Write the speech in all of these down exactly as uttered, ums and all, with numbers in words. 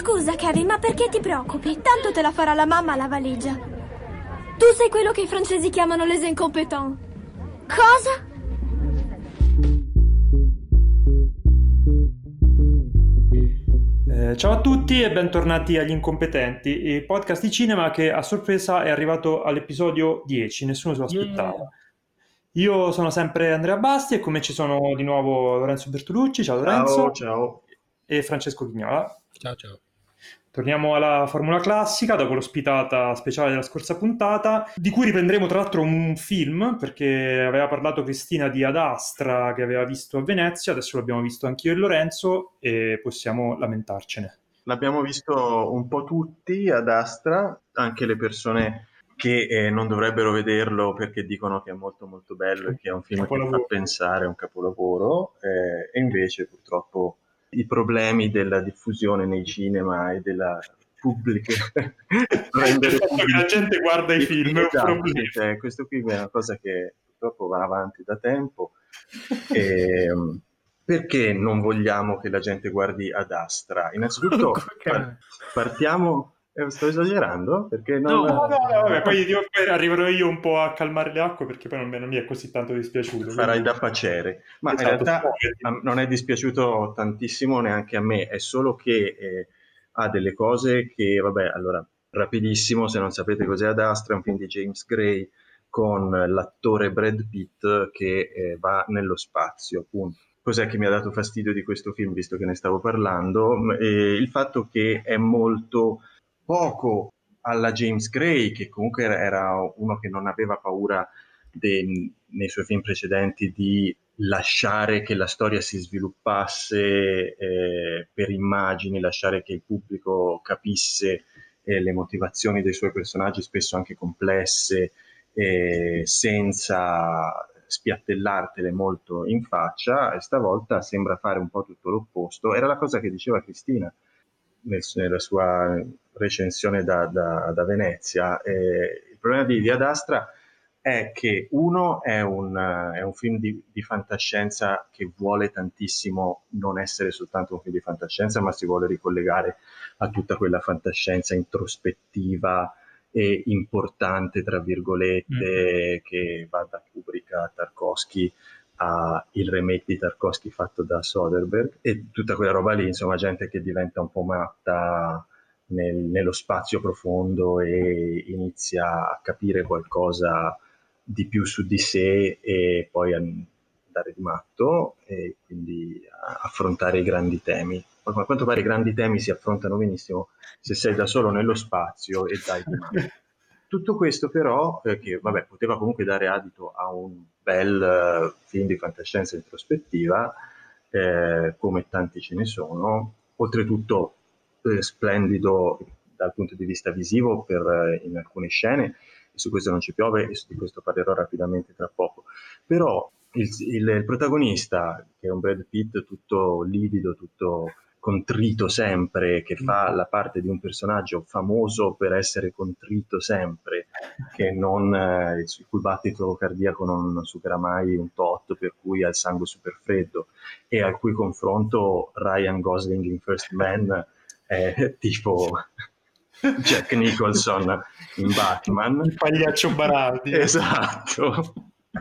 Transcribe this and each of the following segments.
Scusa, Kevin, ma perché ti preoccupi? Tanto te la farà la mamma la valigia. Tu sei quello che i francesi chiamano les incompetents. Cosa? Eh, ciao a tutti e bentornati agli Incompetenti, il podcast di cinema che a sorpresa è arrivato all'episodio dieci, nessuno se lo aspettava. Yeah. Io sono sempre Andrea Basti e con me ci sono di nuovo Lorenzo Bertolucci, ciao Lorenzo, Ciao, ciao. e Francesco Chignola. Ciao ciao. Torniamo alla formula classica dopo l'ospitata speciale della scorsa puntata, di cui riprenderemo tra l'altro un film, perché aveva parlato Cristina di Ad Astra che aveva visto a Venezia, adesso l'abbiamo visto anch'io e Lorenzo e possiamo lamentarcene. L'abbiamo visto un po' tutti Ad Astra, anche le persone che eh, non dovrebbero vederlo perché dicono che è molto molto bello e che è un film che fa pensare, è un capolavoro, eh, e invece purtroppo i problemi della diffusione nei cinema e della pubblica rendere pubblici la gente guarda i film, è un esatto, problema. cioè, questo qui è una cosa che purtroppo va avanti da tempo. E, perché non vogliamo che la gente guardi Ad Astra? Innanzitutto par- partiamo. Eh, sto esagerando? Perché non... No, No, no, no, vabbè, poi, io, poi arriverò io un po' a calmare le acque perché poi non, non mi è così tanto dispiaciuto. Farai quindi... da pacere. Ma Esatto, in realtà spogliati. a- non è dispiaciuto tantissimo neanche a me, è solo che eh, ha delle cose che, vabbè, allora, rapidissimo, se non sapete cos'è Ad Astra, è un film di James Gray con l'attore Brad Pitt che eh, va nello spazio, appunto. Cos'è che mi ha dato fastidio di questo film, visto che ne stavo parlando? Eh, il fatto che è molto poco alla James Gray, che comunque era- era uno che non aveva paura de- nei suoi film precedenti di lasciare che la storia si sviluppasse eh, per immagini, lasciare che il pubblico capisse eh, le motivazioni dei suoi personaggi, spesso anche complesse, eh, senza spiattellartele molto in faccia, e stavolta sembra fare un po' tutto l'opposto. Era la cosa che diceva Cristina nel- nella sua recensione da, da- da Venezia. Eh, il problema di, di Ad Astra è che uno è un, eh, è un film di, di fantascienza che vuole tantissimo non essere soltanto un film di fantascienza, ma si vuole ricollegare a tutta quella fantascienza introspettiva e importante, tra virgolette, mm. che va da Kubrick a Tarkovsky a il remake di Tarkovsky fatto da Soderbergh e tutta quella roba lì, insomma, gente che diventa un po' matta nel, nello spazio profondo e inizia a capire qualcosa di più su di sé e poi andare di matto e quindi affrontare i grandi temi. A quanto pare i grandi temi si affrontano benissimo se sei da solo nello spazio e dai di matto. Tutto questo però, eh, che vabbè, poteva comunque dare adito a un bel uh, film di fantascienza introspettiva, eh, come tanti ce ne sono, oltretutto eh, splendido dal punto di vista visivo per, eh, in alcune scene, e su questo non ci piove e di questo parlerò rapidamente tra poco. Però il, il, il protagonista, che è un Brad Pitt tutto livido, tutto contrito sempre, che fa la parte di un personaggio famoso per essere contrito sempre, che non, eh, il cui battito cardiaco non supera mai un tot, per cui ha il sangue super freddo, e al cui confronto Ryan Gosling in First Man è tipo Jack Nicholson in Batman. Il pagliaccio Baraldi. Esatto.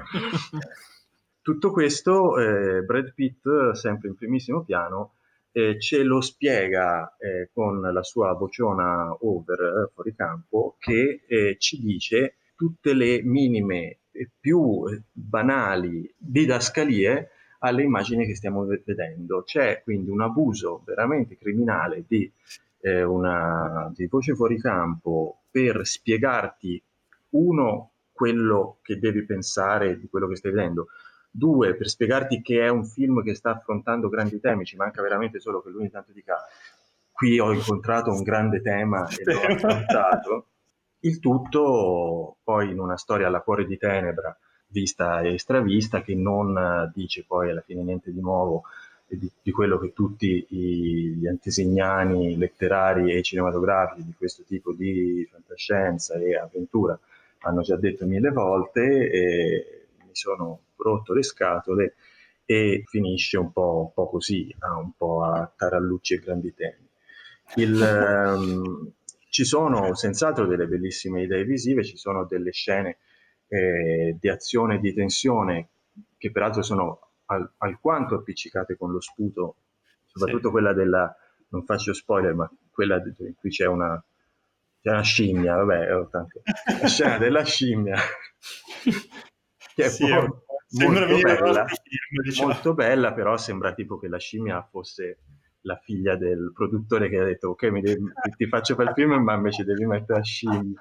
Tutto questo, eh, Brad Pitt, sempre in primissimo piano, eh, ce lo spiega eh, con la sua vociona over eh, fuori campo, che eh, ci dice tutte le minime e più banali didascalie alle immagini che stiamo vedendo. C'è quindi un abuso veramente criminale di, eh, una, di voce fuori campo per spiegarti, uno, quello che devi pensare di quello che stai vedendo, due, per spiegarti che è un film che sta affrontando grandi temi. Ci manca veramente solo che lui intanto dica: qui ho incontrato un grande tema e l'ho affrontato. Il tutto poi in una storia alla cuore di tenebra, vista e stravista, che non dice poi alla fine niente di nuovo di, di quello che tutti i, gli antesignani letterari e cinematografici di questo tipo di fantascienza e avventura hanno già detto mille volte, e mi sono rotto le scatole, e finisce un po', un po' così, un po' a tarallucci e grandi temi. Il, ehm, ci sono senz'altro delle bellissime idee visive, ci sono delle scene eh, di azione e di tensione che peraltro sono al- alquanto appiccicate con lo sputo, Sì. soprattutto quella della, non faccio spoiler, ma quella di- in cui c'è una, c'è una scimmia, vabbè, oh, tanto. La scena della scimmia, che è Sì, è un poi po'... sembra molto venire da un bella, altro film, diciamo. molto bella, però sembra tipo che la scimmia fosse la figlia del produttore che ha detto ok, mi devi- ti, ti faccio fare il film, ma invece devi mettere la scimmia.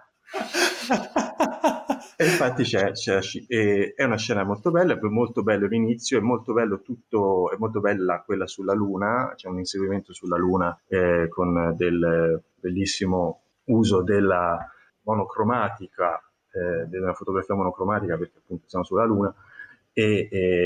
E infatti c'è, c'è la sci- e- è una scena molto bella, è molto bello l'inizio, è molto bello tutto, è molto bella quella sulla Luna, c'è un inseguimento sulla Luna eh, con del bellissimo uso della monocromatica, eh, della fotografia monocromatica, perché appunto siamo sulla Luna, e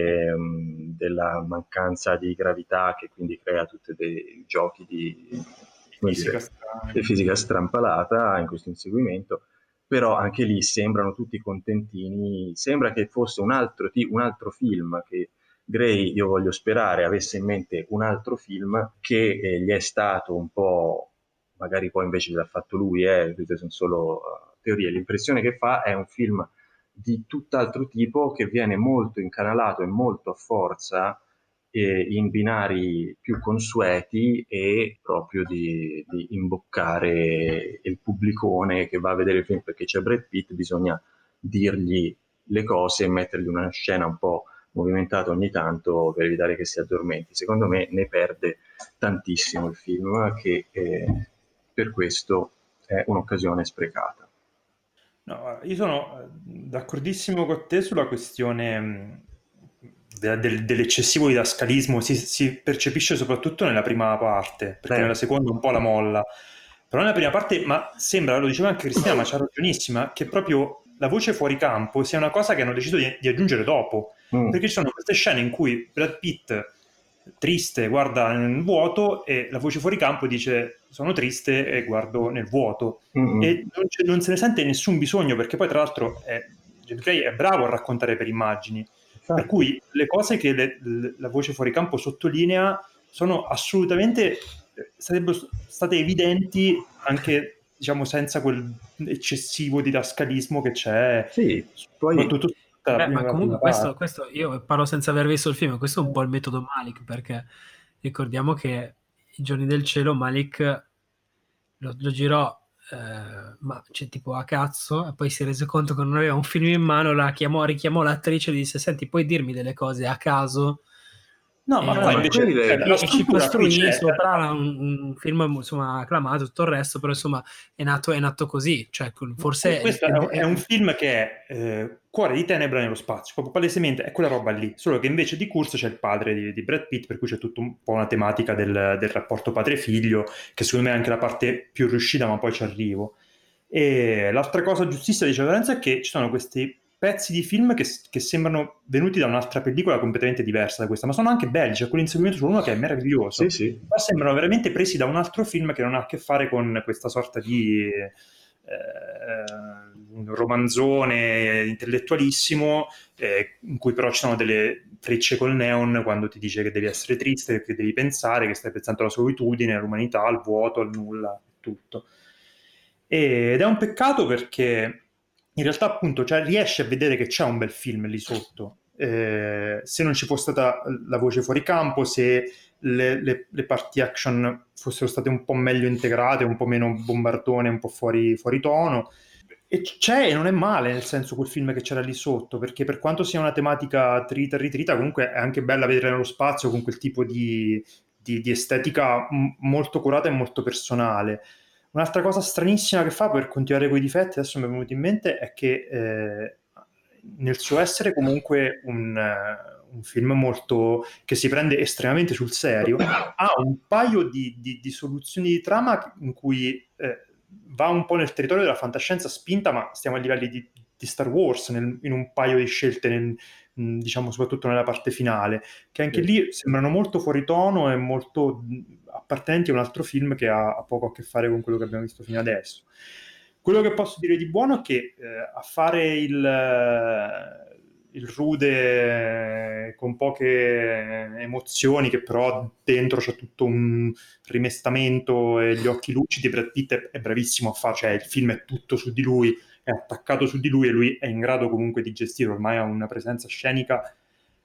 ehm, della mancanza di gravità che quindi crea tutti dei giochi di, come Fisica dire, strana. di fisica strampalata in questo inseguimento, però anche lì sembrano tutti contentini, sembra che fosse un altro, ti- un altro film che Gray, io voglio sperare, avesse in mente un altro film che eh, gli è stato un po', magari poi invece l'ha fatto lui, eh, queste sono solo uh, teorie, l'impressione che fa è un film di tutt'altro tipo che viene molto incanalato e molto a forza eh, in binari più consueti e proprio di, di imboccare il pubblicone che va a vedere il film perché c'è Brad Pitt, bisogna dirgli le cose e mettergli una scena un po' movimentata ogni tanto per evitare che si addormenti. Secondo me ne perde tantissimo il film, che eh, per questo è un'occasione sprecata. No, guarda, io sono eh, d'accordissimo con te sulla questione mh, de- del- dell'eccessivo didascalismo, si, si percepisce soprattutto nella prima parte, perché nella Eh, seconda un po' la molla. Però nella prima parte, ma sembra, lo diceva anche Cristina, ma c'ha ragionissima, che proprio la voce fuori campo sia una cosa che hanno deciso di, di aggiungere dopo. mm, Perché ci sono queste scene in cui Brad Pitt, triste, guarda nel vuoto e la voce fuori campo dice sono triste e guardo nel vuoto. mm, mm. E non, c'è- non se ne sente nessun bisogno perché poi tra l'altro è, James Gray è bravo a raccontare per immagini. Per Infatti, cui le cose che le- le- la voce fuori campo sottolinea sono assolutamente, sarebbero state evidenti anche, diciamo, senza quel eccessivo didascalismo che c'è, sì, poi soprattutto tutta la Beh, prima, ma la prima comunque questo, parte. questo io parlo senza aver visto il film, questo è un po' il metodo Malik, perché ricordiamo che I Giorni del Cielo Malik lo, lo girò, eh, ma c'è tipo a cazzo, e poi si rese conto che non aveva un film in mano, la chiamò, richiamò l'attrice e gli disse: Senti, puoi dirmi delle cose a caso? No, ma eh, qua ma E, invece qui cioè, le- la e- e ci struttura qui costruì c'è. sopra un, un film insomma acclamato, tutto il resto, però insomma è nato, è nato così, cioè E forse è- questo è un, è è- un film che è eh, Cuore di tenebra nello spazio, proprio palesemente è quella roba lì, solo che invece di Kurz c'è il padre di, di Brad Pitt, per cui c'è tutta un po' una tematica del, del rapporto padre-figlio, che secondo me è anche la parte più riuscita, ma poi ci arrivo. E l'altra cosa giustissima di Lorenzo è che ci sono questi pezzi di film che, che sembrano venuti da un'altra pellicola completamente diversa da questa, ma sono anche belli, c'è quell'inseguimento sull'uno che è sì, meraviglioso, sì, ma sembrano veramente presi da un altro film che non ha a che fare con questa sorta di eh, romanzone intellettualissimo eh, in cui però ci sono delle frecce col neon quando ti dice che devi essere triste, che devi pensare, che stai pensando alla solitudine, all'umanità, al vuoto, al nulla, tutto. Ed è un peccato perché in realtà appunto cioè, riesci a vedere che c'è un bel film lì sotto. Eh, se non ci fosse stata la voce fuori campo, se le, le, le parti action fossero state un po' meglio integrate, un po' meno bombardone, un po' fuori, fuori tono. E c'è e non è male, nel senso, quel film che c'era lì sotto, perché per quanto sia una tematica trita e ritrita, comunque è anche bella vedere nello spazio con quel tipo di, di, di estetica m- molto curata e molto personale. Un'altra cosa stranissima che fa per continuare con i difetti, adesso mi è venuto in mente, è che eh, nel suo essere comunque un, uh, un film molto che si prende estremamente sul serio, ha un paio di, di, di soluzioni di trama in cui eh, va un po' nel territorio della fantascienza spinta, ma stiamo a livelli di, di Star Wars nel, in un paio di scelte, nel, mh, diciamo soprattutto nella parte finale, che anche sì. lì sembrano molto fuori tono e molto mh, appartenenti a un altro film che ha, ha poco a che fare con quello che abbiamo visto fino adesso. Quello che posso dire di buono è che eh, a fare il, il rude con poche emozioni, che però dentro c'è tutto un rimestamento e gli occhi lucidi. Brad Pitt è, è bravissimo a fare, cioè il film è tutto su di lui, è attaccato su di lui e lui è in grado comunque di gestire, ormai ha una presenza scenica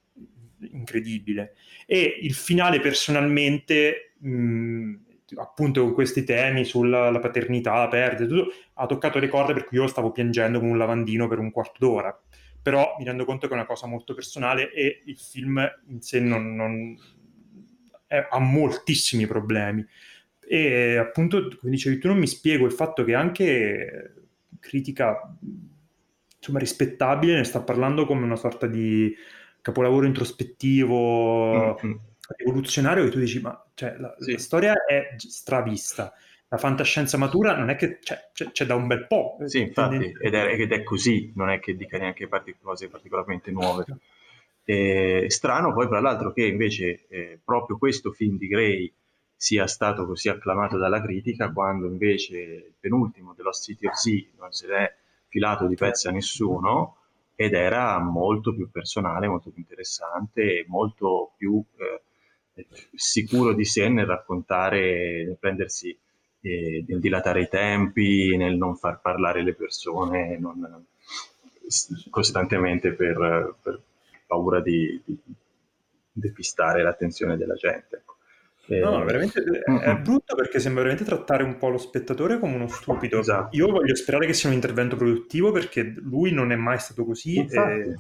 incredibile. E il finale personalmente, mh, appunto con questi temi sulla la paternità, la perdita, tutto, ha toccato le corde, per cui io stavo piangendo come un lavandino per un quarto d'ora. Però mi rendo conto che è una cosa molto personale e il film in sé non, non è, ha moltissimi problemi. E appunto, come dicevi tu, non mi spiego il fatto che anche critica, insomma, rispettabile, ne sta parlando come una sorta di capolavoro introspettivo, Mm-hmm. rivoluzionario, che tu dici, ma cioè, la, Sì. la storia è stravista. La fantascienza matura non è che c'è, c'è, c'è da un bel po'. Sì, infatti, ed è, ed è così, non è che dica neanche partic- cose particolarmente nuove. E, strano poi, tra l'altro, che invece eh, proprio questo film di Grey sia stato così acclamato dalla critica, quando invece il penultimo, The Lost City of Z, non se l'è filato di pezzi a nessuno, ed era molto più personale, molto più interessante, molto più eh, sicuro di sé nel raccontare, nel prendersi, eh, nel dilatare i tempi, nel non far parlare le persone non, costantemente per, per paura di, di depistare l'attenzione della gente. No, veramente è brutto, perché sembra veramente trattare un po' lo spettatore come uno stupido. Esatto. Io voglio sperare che sia un intervento produttivo, perché lui non è mai stato così e,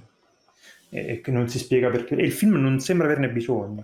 e che non si spiega perché. E il film non sembra averne bisogno.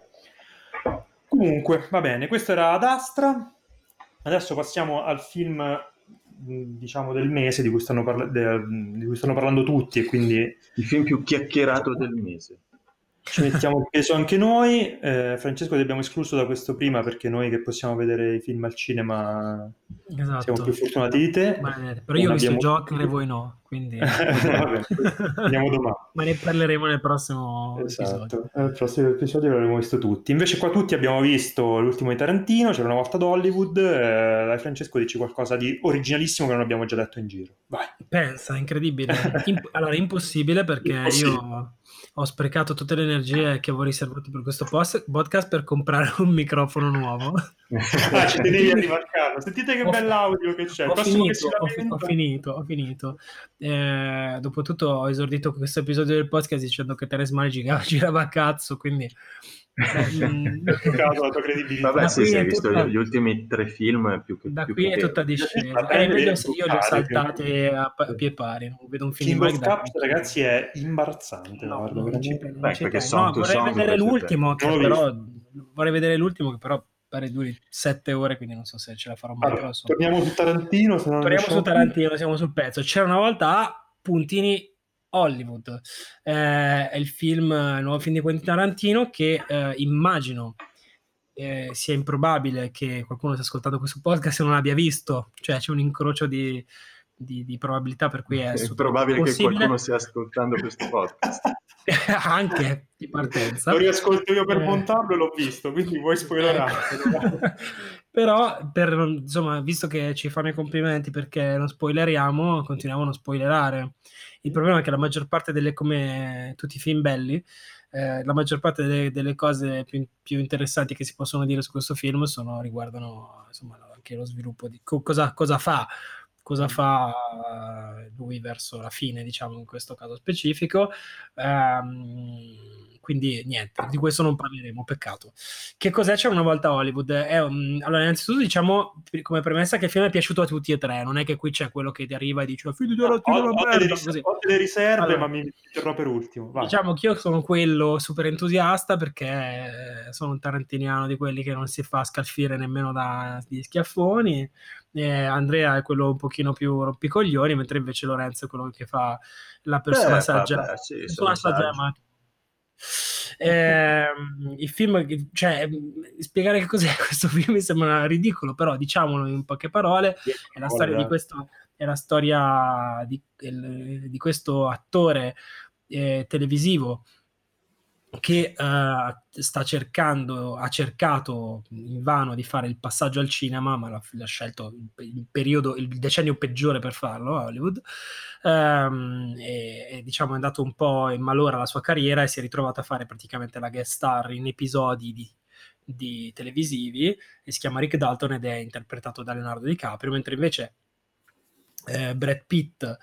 Comunque, va bene, questo era Ad Astra. Adesso passiamo al film, diciamo, del mese, di cui stanno, parla- de- di cui stanno parlando tutti, e quindi il film più chiacchierato del mese. ci mettiamo il peso anche noi. eh, Francesco, ti abbiamo escluso da questo prima, perché noi che possiamo vedere i film al cinema Esatto. siamo più fortunati di te. Maledetto. Però io ho visto abbiamo... Joker e voi no, quindi Vabbè, andiamo domani. Ma ne parleremo nel prossimo Esatto. episodio. Nel prossimo episodio l'avremo visto tutti. Invece qua tutti abbiamo visto l'ultimo di Tarantino, C'era una volta ad Hollywood. eh, Dai, Francesco, dici qualcosa di originalissimo che non abbiamo già detto in giro. Vai. Pensa, incredibile. Imp- allora, impossibile, perché Impossibile. io ho sprecato tutte le energie che avevo riservato per questo post- podcast per comprare un microfono nuovo. Ah, ci tenevi a rimarcarlo. Sentite che Ho- bell'audio che c'è. Il Ho prossimo che finito, si ho, fi- ho lamenta- finito, ho finito. Eh, dopotutto ho esordito questo episodio del podcast dicendo che Terence Malick girava, girava a cazzo, quindi... Beh, mm, Caso, la tua credibilità. Vabbè, Da sì, qui se è hai visto tutta- gli, gli ultimi tre film più che Da più qui che è vero. tutta discesa. Va Eh, bene, io, devi io li ho buttare, saltati a, pa- a pie pari, non vedo un film King di of Mike da Cups, ragazzi, è imbarazzante. No, guarda, non ci, veramente. non Beh, ci perché tengo. Song No, to vorrei Song vedere invece è l'ultimo, che Non l'ho però vorrei vedere l'ultimo che però pare duri sette ore, quindi non so se ce la farò mai. Allora, però insomma. torniamo su Tarantino. Se non Torniamo riusciamo su più. Tarantino, siamo sul pezzo. C'era una volta a puntini Hollywood, eh, è il film, il nuovo film di Quentin Tarantino che eh, immagino eh, sia improbabile che qualcuno stia ascoltando questo podcast e non l'abbia visto, cioè c'è un incrocio di, di, di probabilità per cui è, È super probabile che possibile. qualcuno stia ascoltando questo podcast. Anche di partenza. Lo riascolto io per Eh. montarlo e l'ho visto, quindi vuoi spoilerare. Però, per, insomma, visto che ci fanno i complimenti perché non spoileriamo, continuiamo a non spoilerare. Il problema è che la maggior parte delle, come tutti i film belli, eh, la maggior parte delle, delle cose più, più interessanti che si possono dire su questo film sono, riguardano insomma anche lo sviluppo di co- cosa, cosa fa cosa fa lui verso la fine, diciamo, in questo caso specifico. Um, quindi niente, di questo non parleremo, peccato. Che cos'è C'era una volta a Hollywood? È un... Allora, innanzitutto diciamo come premessa che il film è piaciuto a tutti e tre, non è che qui c'è quello che ti arriva e dice figlio di una ho, ho, delle ris- così. ho delle riserve, Allora, ma mi terrò per ultimo. Vai. Diciamo che io sono quello super entusiasta perché sono un tarantiniano di quelli che non si fa scalfire nemmeno dagli schiaffoni. Eh, Andrea è quello un pochino più rompicoglioni, mentre invece Lorenzo è quello che fa la persona Beh, saggia. vabbè, sì, persona sono saggia, saggio. ma... Eh, il film, cioè, spiegare che cos'è questo film mi sembra ridicolo, però diciamolo in poche parole, è la storia di questo, è la storia di, di questo attore eh, televisivo che uh, sta cercando, ha cercato invano di fare il passaggio al cinema, ma l'ha, l'ha scelto il, il periodo, il decennio peggiore per farlo a Hollywood, um, e, e diciamo è andato un po' in malora la sua carriera e si è ritrovato a fare praticamente la guest star in episodi di, di televisivi, e si chiama Rick Dalton ed è interpretato da Leonardo DiCaprio, mentre invece eh, Brad Pitt,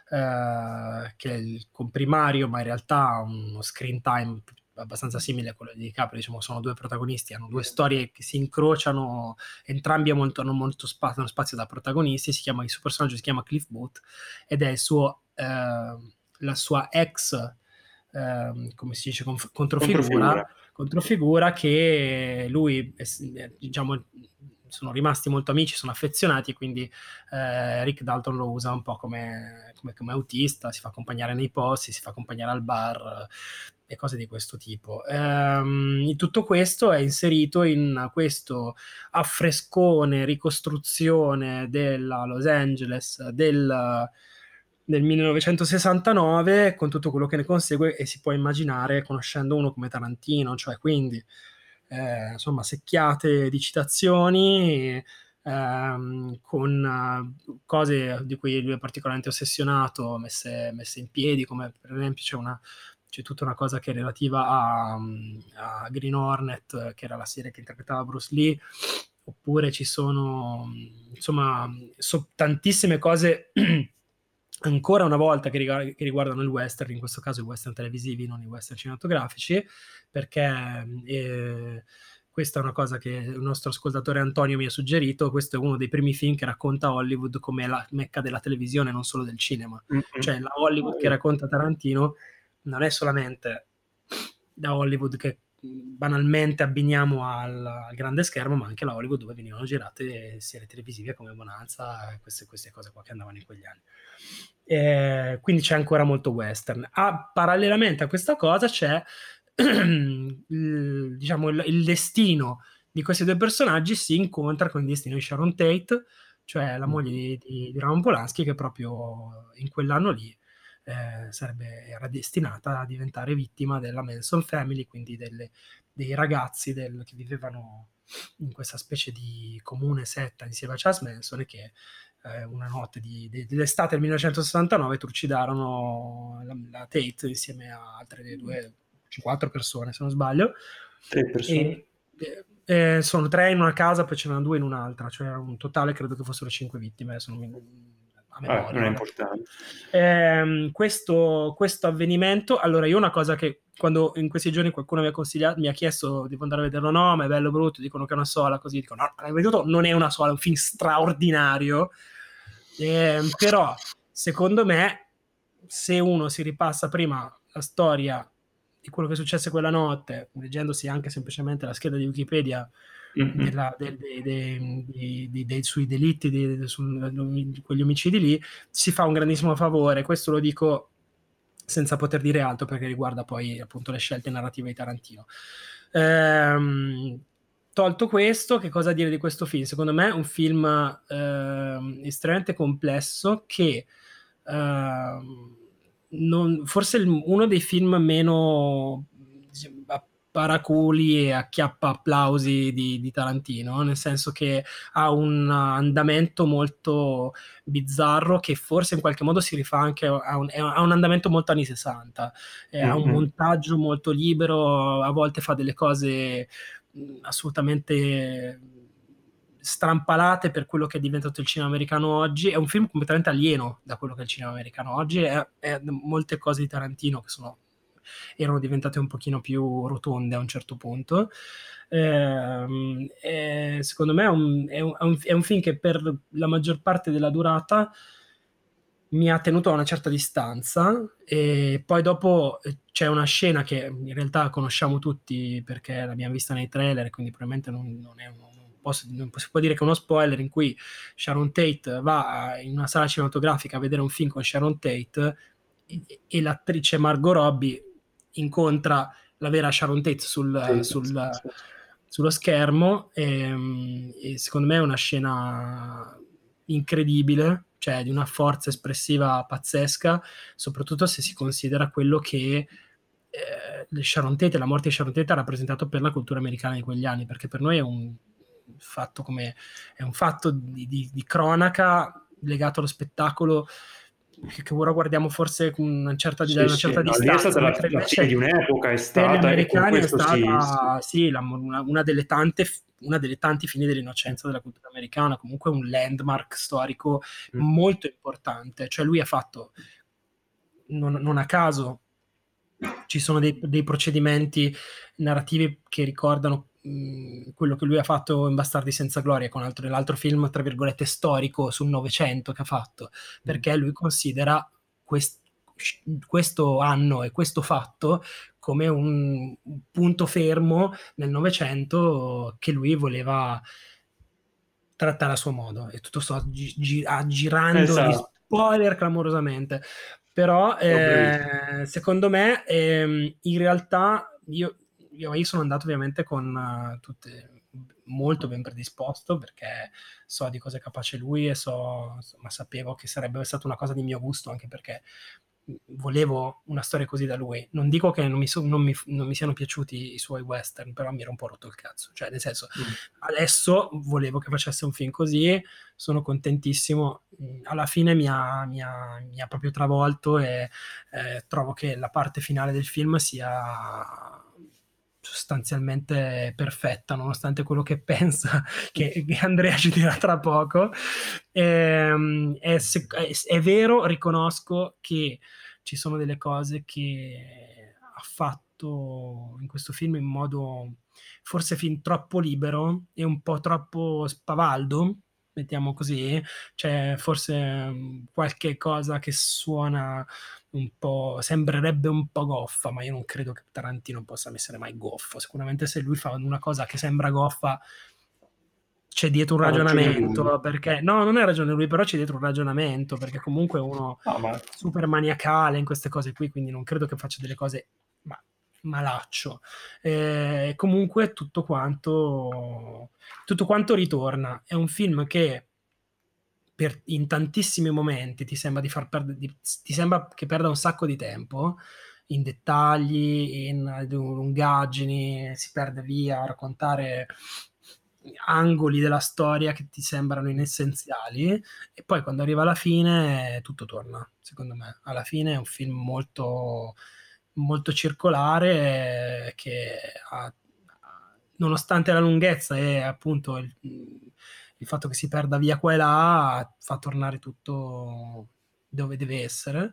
Uh, che è il comprimario, ma in realtà ha uno screen time abbastanza simile a quello di DiCaprio, diciamo, sono due protagonisti, hanno due storie che si incrociano, entrambi hanno molto, hanno molto spazio, hanno spazio da protagonisti. Si chiama, il suo personaggio si chiama Cliff Booth ed è il suo, uh, la sua ex, uh, come si dice, conf- controfigura, controfigura, controfigura che lui, è, diciamo, sono rimasti molto amici, sono affezionati, e quindi eh, Rick Dalton lo usa un po' come, come, come autista, si fa accompagnare nei posti, si fa accompagnare al bar e cose di questo tipo. Ehm, tutto questo è inserito in questo affrescone, ricostruzione della Los Angeles del, del millenovecentosessantanove, con tutto quello che ne consegue, e si può immaginare conoscendo uno come Tarantino, cioè quindi Eh, insomma secchiate di citazioni, ehm, con uh, cose di cui lui è particolarmente ossessionato, messe, messe in piedi, come per esempio c'è, una, c'è tutta una cosa che è relativa a, a Green Hornet, che era la serie che interpretava Bruce Lee, oppure ci sono insomma so, tantissime cose ancora una volta che, rigu- che riguardano il western, in questo caso i western televisivi, non i western cinematografici, perché eh, questa è una cosa che il nostro ascoltatore Antonio mi ha suggerito. Questo è uno dei primi film che racconta Hollywood come la mecca della televisione, non solo del cinema. Mm-hmm. Cioè la Hollywood che racconta Tarantino non è solamente da Hollywood che banalmente abbiniamo al, al grande schermo, ma anche la Hollywood dove venivano girate serie televisive come Bonanza e queste, queste cose qua che andavano in quegli anni. Eh, quindi c'è ancora molto western. Ah, parallelamente a questa cosa c'è il, diciamo, il, il destino di questi due personaggi si incontra con il destino di Sharon Tate, cioè la moglie di, di, di Roman Polanski, che proprio in quell'anno lì eh, sarebbe, era destinata a diventare vittima della Manson Family, quindi delle, dei ragazzi del, che vivevano in questa specie di comune setta insieme a Charles Manson, e che eh, una notte di, di, dell'estate del millenovecentosessantanove trucidarono la, la Tate insieme a altre due, quattro persone se non sbaglio. Tre persone? E, eh, sono tre in una casa, poi ce n'erano due in un'altra, cioè un totale credo che fossero cinque vittime, adesso non mi, a memoria. Ah, non è importante. Eh, questo, questo avvenimento, allora io una cosa che quando in questi giorni qualcuno mi ha consigliato, mi ha chiesto di andare a vederlo, no, ma è bello brutto, dicono che è una sola, così dico no, l'hai veduto, non è una sola, è un film straordinario, eh, però secondo me se uno si ripassa prima la storia di quello che successe quella notte, leggendosi anche semplicemente la scheda di Wikipedia mm-hmm. della, de, de, de, de, de, de, sui delitti, de, de, su, di quegli omicidi lì, si fa un grandissimo favore. Questo lo dico senza poter dire altro, perché riguarda poi appunto le scelte narrative di Tarantino. Ehm, tolto questo, che cosa dire di questo film? Secondo me è un film eh, estremamente complesso che eh, non, forse il, uno dei film meno diciamo, paraculi e acchiappa applausi di, di Tarantino, nel senso che ha un andamento molto bizzarro che forse in qualche modo si rifà anche a un, a un andamento molto anni sessanta, eh, mm-hmm. ha un montaggio molto libero, a volte fa delle cose assolutamente strampalate per quello che è diventato il cinema americano oggi. È un film completamente alieno da quello che è il cinema americano oggi, è, è molte cose di Tarantino che sono erano diventate un pochino più rotonde a un certo punto. Eh, eh, secondo me è un, è, un, è un film che per la maggior parte della durata mi ha tenuto a una certa distanza, e poi dopo c'è una scena che in realtà conosciamo tutti perché l'abbiamo vista nei trailer, quindi probabilmente non, non è un Posso, non si può dire che è uno spoiler, in cui Sharon Tate va in una sala cinematografica a vedere un film con Sharon Tate e, e l'attrice Margot Robbie incontra la vera Sharon Tate sul, sì, sul, sì. sullo schermo, e, e secondo me è una scena incredibile, cioè di una forza espressiva pazzesca, soprattutto se si considera quello che eh, Sharon Tate, la morte di Sharon Tate ha rappresentato per la cultura americana di quegli anni, perché per noi è un fatto come è un fatto di, di, di cronaca legato allo spettacolo che, che ora guardiamo forse con una certa, Sì, una sì, certa no, lì è distanza, stata la, mentre la fine di invece un'epoca, è per gli stata, e con americani è questo sì, sì. stata sì, la- una, una delle tante una delle tanti fini dell'innocenza della cultura americana, comunque un landmark storico Mm. molto importante. Cioè lui ha fatto, non, non a caso ci sono dei, dei procedimenti narrativi che ricordano mh, quello che lui ha fatto in Bastardi senza gloria, con altro, l'altro film tra virgolette storico sul Novecento che ha fatto, perché lui considera quest, questo anno e questo fatto come un punto fermo nel Novecento che lui voleva trattare a suo modo, e tutto sto gi- gi- aggirando di Esatto. spoiler clamorosamente. Però Oh, bravissimo. eh, secondo me ehm, in realtà io, io, io sono andato ovviamente con uh, tutte molto ben predisposto, perché so di cosa è capace lui e so, insomma, sapevo che sarebbe stata una cosa di mio gusto, anche perché volevo una storia così da lui. Non dico che non mi, so- non mi- non mi siano piaciuti i suoi western, però mi era un po' rotto il cazzo. Cioè, nel senso, Mm. adesso volevo che facesse un film così, sono contentissimo. Mm, Alla fine mi ha, mi ha- mi ha proprio travolto, e eh, trovo che la parte finale del film sia sostanzialmente perfetta, nonostante quello che pensa che, che Andrea ci dirà tra poco. Ehm, è, se- è- è vero, riconosco che ci sono delle cose che ha fatto in questo film in modo forse fin troppo libero e un po' troppo spavaldo, mettiamo così. C'è forse mm, qualche cosa che suona un po', sembrerebbe un po' goffa, ma io non credo che Tarantino possa essere mai goffo. Sicuramente se lui fa una cosa che sembra goffa c'è dietro un Ha ragione lui. ragionamento, perché no, non è ragione lui, però c'è dietro un ragionamento, perché comunque è uno No, ma super maniacale in queste cose qui, quindi non credo che faccia delle cose ma, malaccio. Eh, comunque tutto quanto tutto quanto ritorna. È un film che per- in tantissimi momenti ti sembra di far perdere, di- ti sembra che perda un sacco di tempo in dettagli, in lungaggini, si perde via a raccontare angoli della storia che ti sembrano inessenziali, e poi quando arriva alla fine tutto torna, secondo me. Alla fine è un film molto, molto circolare, eh, che ha, nonostante la lunghezza e appunto il, il fatto che si perda via qua e là, fa tornare tutto dove deve essere.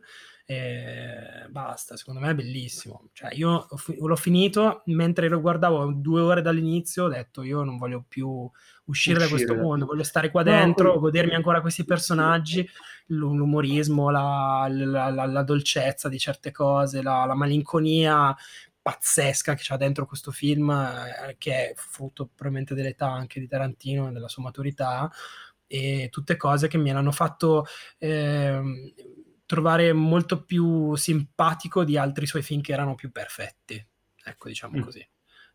E basta, secondo me è bellissimo. Cioè, io ho fi- l'ho finito mentre lo guardavo due ore dall'inizio, ho detto io non voglio più uscire da questo uscire da... mondo, voglio stare qua No, dentro, poi... godermi ancora questi personaggi, l- l'umorismo, la, la- la- la dolcezza di certe cose, la, la malinconia pazzesca che c'ha dentro questo film, eh, che è frutto probabilmente dell'età anche di Tarantino e della sua maturità, e tutte cose che mi hanno fatto ehm, trovare molto più simpatico di altri suoi film che erano più perfetti, ecco, diciamo Mm. così.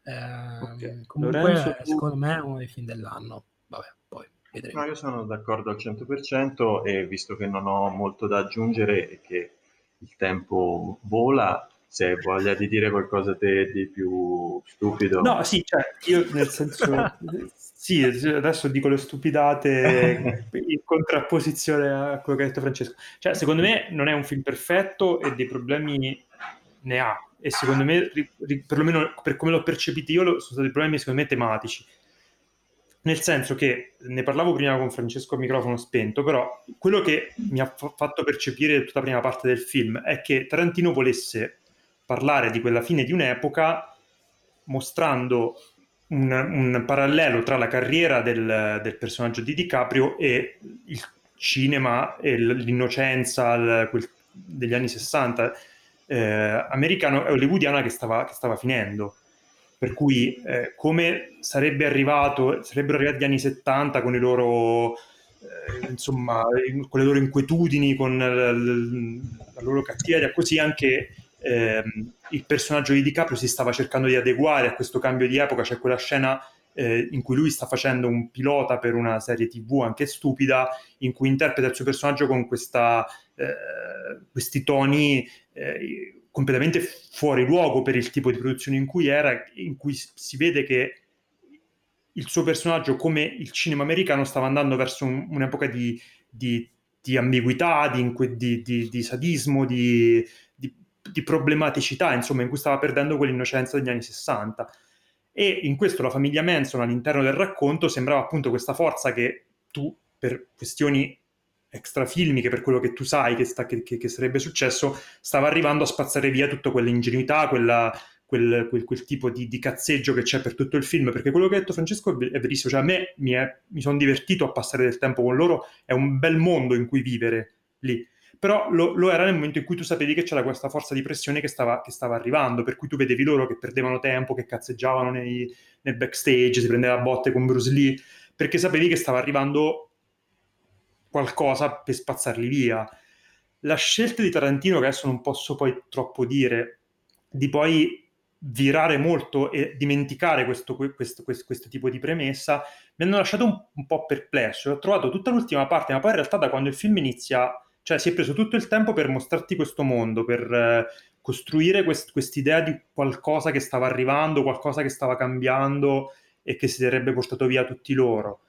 Ok. Ehm, Lorenzo, comunque tu... secondo me è uno dei film dell'anno, vabbè, poi vedremo. No, io sono d'accordo al cento per cento e visto che non ho molto da aggiungere e che il tempo vola, se hai voglia di dire qualcosa te di più stupido. No, sì, cioè, io nel senso, sì, adesso dico le stupidate in contrapposizione a quello che ha detto Francesco. Cioè, secondo me non è un film perfetto e dei problemi ne ha. E secondo me, ri- ri- perlomeno per come l'ho percepito io, lo- sono stati problemi secondo me tematici. Nel senso che, ne parlavo prima con Francesco a microfono spento, però quello che mi ha fa- fatto percepire tutta la prima parte del film è che Tarantino volesse parlare di quella fine di un'epoca mostrando un, un parallelo tra la carriera del, del personaggio di DiCaprio e il cinema e l'innocenza il- quel- degli anni sessanta eh, americano e hollywoodiana che stava, che stava finendo. Per cui eh, come sarebbe arrivato, sarebbero arrivati gli anni settanta con i loro, eh, insomma, con le loro inquietudini, con l- la loro cattiveria, così anche ehm, il personaggio di DiCaprio si stava cercando di adeguare a questo cambio di epoca. C'è quella scena eh, in cui lui sta facendo un pilota per una serie tivù anche stupida, in cui interpreta il suo personaggio con questa, eh, questi toni eh, completamente fuori luogo per il tipo di produzione in cui era, in cui si vede che il suo personaggio, come il cinema americano, stava andando verso un, un'epoca di, di, di ambiguità, di, di, di, di sadismo, di, di, di problematicità, insomma, in cui stava perdendo quell'innocenza degli anni sessanta. E in questo la famiglia Manson all'interno del racconto sembrava appunto questa forza che tu, per questioni extrafilmiche, per quello che tu sai che, sta, che, che sarebbe successo, stava arrivando a spazzare via tutta quell'ingenuità, quella, quel, quel, quel tipo di, di cazzeggio che c'è per tutto il film, perché quello che ha detto Francesco è verissimo, cioè a me mi, mi sono divertito a passare del tempo con loro, è un bel mondo in cui vivere lì, però lo, lo era nel momento in cui tu sapevi che c'era questa forza di pressione che stava, che stava arrivando, per cui tu vedevi loro che perdevano tempo, che cazzeggiavano nei, nel backstage, si prendeva a botte con Bruce Lee, perché sapevi che stava arrivando qualcosa per spazzarli via. La scelta di Tarantino, che adesso non posso poi troppo dire, di poi virare molto e dimenticare questo, questo, questo, questo tipo di premessa, mi hanno lasciato un, un po' perplesso. Ho trovato tutta l'ultima parte, ma poi in realtà da quando il film inizia, cioè si è preso tutto il tempo per mostrarti questo mondo, per eh, costruire quest, quest'idea di qualcosa che stava arrivando, qualcosa che stava cambiando e che si sarebbe portato via tutti loro.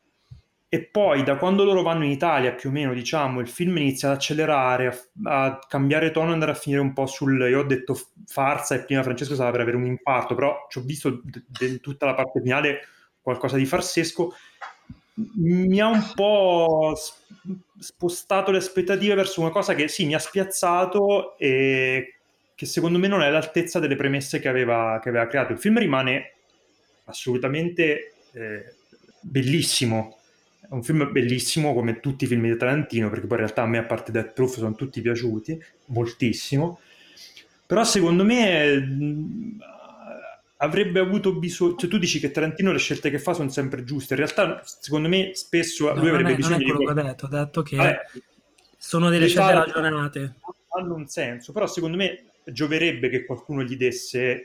E poi da quando loro vanno in Italia, più o meno, diciamo, il film inizia ad accelerare, a, a cambiare tono, andare a finire un po' sul... Io ho detto farsa e prima Francesco stava per avere un infarto, però ci ho visto in tutta la parte finale qualcosa di farsesco. Mi ha un po' spostato le aspettative verso una cosa che sì, mi ha spiazzato e che secondo me non è all'altezza delle premesse che aveva, che aveva creato. Il film rimane assolutamente eh, bellissimo. È un film bellissimo come tutti i film di Tarantino, perché poi in realtà a me, a parte Death Proof, sono tutti piaciuti moltissimo, però secondo me mh, avrebbe avuto bisogno, cioè tu dici che Tarantino le scelte che fa sono sempre giuste, in realtà secondo me spesso no, lui avrebbe non è, bisogno non è quello di... che ho detto, ho detto che Vabbè, sono delle scelte fare... ragionate, hanno un senso, però secondo me gioverebbe che qualcuno gli desse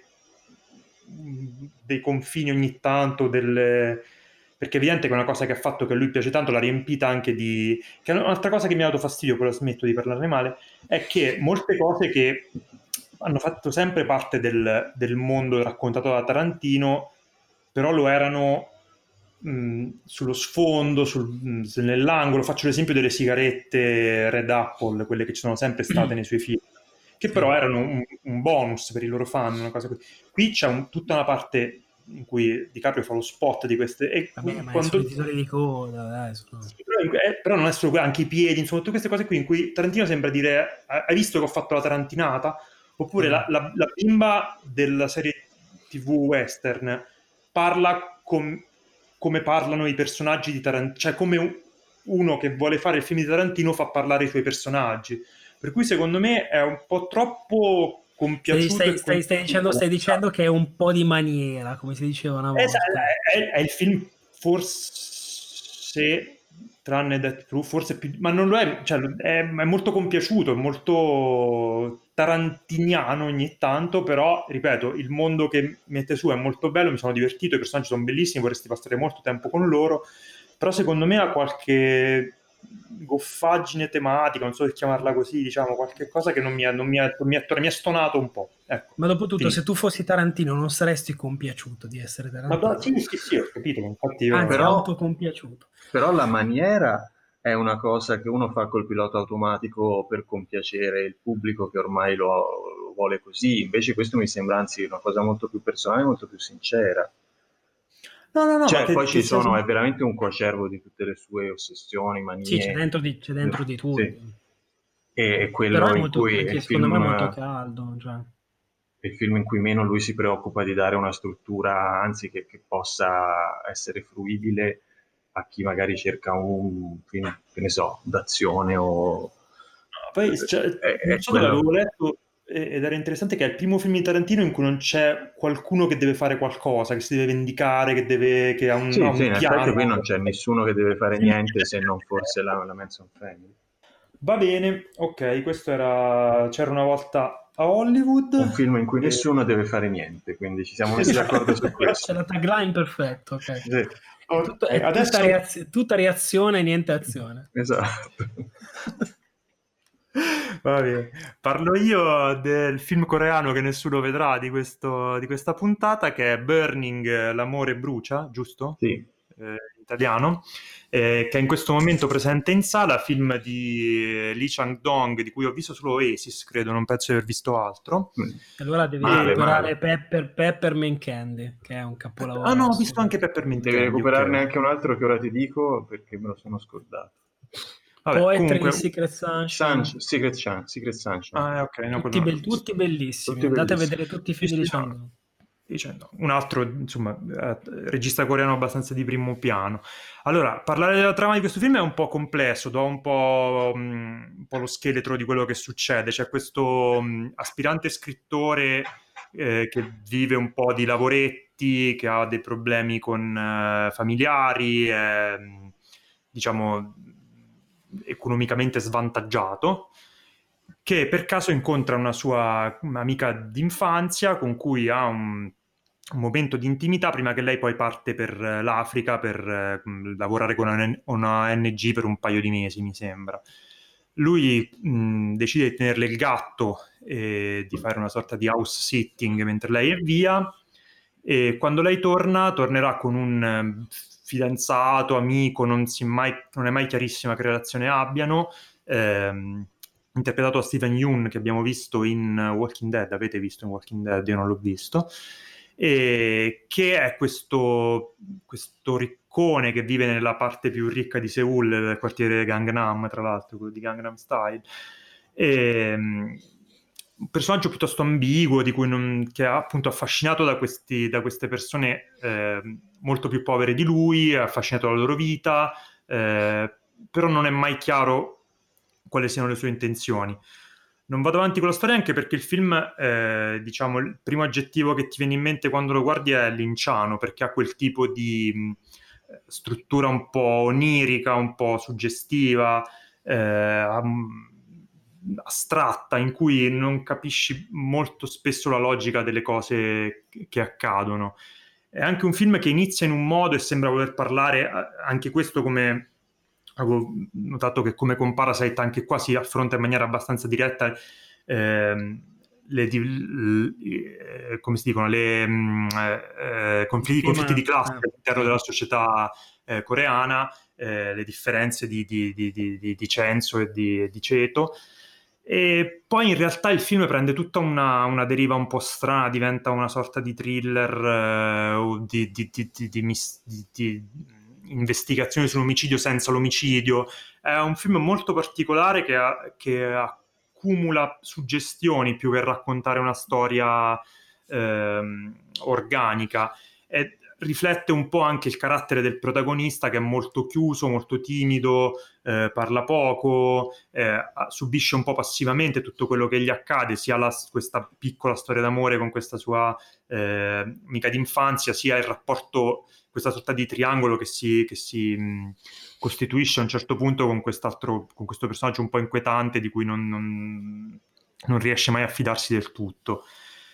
dei confini ogni tanto, delle... perché è evidente che è una cosa che ha fatto che a lui piace tanto, l'ha riempita anche di... che è un'altra cosa che mi ha dato fastidio, però smetto di parlarne male, è che molte cose che hanno fatto sempre parte del, del mondo raccontato da Tarantino, però lo erano mh, sullo sfondo, sul, mh, nell'angolo. Faccio l'esempio delle sigarette Red Apple, quelle che ci sono sempre state nei suoi film, che sì. però erano un, un bonus per i loro fan, una cosa così. Qui c'è un, tutta una parte in cui DiCaprio fa lo spot di queste... E Vabbè, ma quando... sono i titoli di coda, dai, sono... Sì, però, eh, però non è solo quello, anche i piedi, insomma, tutte queste cose qui in cui Tarantino sembra dire: hai visto che ho fatto la tarantinata? Oppure Mm. la, la, la bimba della serie tivù western parla com, come parlano i personaggi di Tarantino, cioè come uno che vuole fare il film di Tarantino fa parlare i suoi personaggi. Per cui secondo me è un po' troppo compiaciuto. Stai, stai, stai, dicendo, stai dicendo che è un po' di maniera, come si diceva una volta. È, è, è il film forse, tranne Death Proof, forse più, ma non lo è, cioè, è, è molto compiaciuto, è molto tarantiniano ogni tanto, però, ripeto, il mondo che mette su è molto bello, mi sono divertito, i personaggi sono bellissimi, vorresti passare molto tempo con loro, però secondo me ha qualche goffaggine tematica, non so se chiamarla così, diciamo, qualche cosa che non mi ha, non mi ha, non mi ha, mi ha stonato un po'. Ecco, ma dopo tutto, finito. Se tu fossi Tarantino non saresti compiaciuto di essere Tarantino? Ma sì, sì, sì, ho capito, infatti io... Anzi, però, autocompiaciuto. Però la maniera è una cosa che uno fa col pilota automatico per compiacere il pubblico che ormai lo, lo vuole così, invece questo mi sembra anzi una cosa molto più personale, molto più sincera. No, no, no, cioè, ma che, poi che ci sono, sia... è veramente un coacervo di tutte le sue ossessioni, manie. Sì, c'è dentro di, c'è dentro di tutto. Sì. E, e quello però è in molto, cui anche il secondo film, me è molto caldo. Cioè. Il film in cui meno lui si preoccupa di dare una struttura, anzi che, che possa essere fruibile a chi magari cerca un film, che ne so, d'azione o... Poi, cioè, è, non è so quello... dove avevo letto ed era interessante che è il primo film di Tarantino in cui non c'è qualcuno che deve fare qualcosa, che si deve vendicare, che, deve, che ha un, Sì, ha un sì, in piano. effetti qui non c'è nessuno che deve fare niente se non forse la, la Manson Family. Va bene, ok, questo era C'era una volta a Hollywood. Un film in cui e... nessuno deve fare niente, quindi ci siamo messi d'accordo su questo. C'è la tagline perfetta, ok. Sì. È, tutto, è Adesso... tutta, reazio- tutta reazione, niente azione. Esatto. Va bene. Parlo io del film coreano che nessuno vedrà di, questo, di questa puntata, che è Burning, l'amore brucia, giusto? Sì. Eh, in italiano, eh, che è in questo momento presente in sala, film di Lee Chang-dong, di cui ho visto solo Oasis, credo, non penso di aver visto altro. Allora devi Male, recuperare male. Pepper, Peppermint Candy, che è un capolavoro. Ah no, ho visto assoluto. anche Peppermint Devi Candy, recuperarne ok. anche un altro che ora ti dico perché me lo sono scordato. Vabbè, Poetry comunque... Secret Sunshine. Sunshine, Secret, Chan- Secret Sunshine. Ah, ok, no, quello Tutti, non l'ho be- visto. tutti bellissimi. Tutti Andate a bellissimi. vedere tutti i film di Sì, sì, no. Chang. Dicendo, un altro, insomma, eh, regista coreano abbastanza di primo piano. Allora, parlare della trama di questo film è un po' complesso, do un po', mh, un po' lo scheletro di quello che succede. C'è questo mh, aspirante scrittore eh, che vive un po' di lavoretti, che ha dei problemi con eh, familiari, è, mh, diciamo, economicamente svantaggiato, che per caso incontra una sua amica d'infanzia con cui ha un, un momento di intimità prima che lei poi parte per l'Africa per eh, lavorare con una, una O N G per un paio di mesi, mi sembra. Lui mh, decide di tenerle il gatto e di fare una sorta di house sitting mentre lei è via, e quando lei torna, tornerà con un eh, fidanzato, amico, non, si mai, non è mai chiarissima che relazione abbiano, ehm, interpretato da Steven Yeun, che abbiamo visto in Walking Dead. Avete visto in Walking Dead? Io non l'ho visto. E che è questo, questo riccone che vive nella parte più ricca di Seoul, del quartiere Gangnam, tra l'altro, quello di Gangnam Style. E, um, un personaggio piuttosto ambiguo, di cui non, che è appunto affascinato da, questi, da queste persone eh, molto più povere di lui, è affascinato dalla loro vita, eh, però non è mai chiaro quali siano le sue intenzioni. Non vado avanti con la storia anche perché il film, eh, diciamo, il primo aggettivo che ti viene in mente quando lo guardi è linciano, perché ha quel tipo di mh, struttura un po' onirica, un po' suggestiva, eh, astratta, in cui non capisci molto spesso la logica delle cose che accadono. È anche un film che inizia in un modo e sembra voler parlare, anche questo, come avevo notato che come con Parasite anche qua si affronta in maniera abbastanza diretta ehm, le, eh, come si dicono, le mh, eh, conflitti, conflitti di classe Ah, all'interno sì. della società eh, coreana, eh, le differenze di, di, di, di, di censo e di, di ceto. E poi in realtà il film prende tutta una, una deriva un po' strana, diventa una sorta di thriller eh, o di, di, di, di, di, mis- di, di investigazione sull'omicidio senza l'omicidio. È un film molto particolare che, ha, che accumula suggestioni più che raccontare una storia ehm, organica. E riflette un po' anche il carattere del protagonista, che è molto chiuso, molto timido, eh, parla poco, eh, subisce un po' passivamente tutto quello che gli accade, sia la, questa piccola storia d'amore con questa sua eh, amica d'infanzia, sia il rapporto, questa sorta di triangolo che si, che si mh, costituisce a un certo punto con quest'altro, con questo personaggio un po' inquietante di cui non, non, non riesce mai a fidarsi del tutto.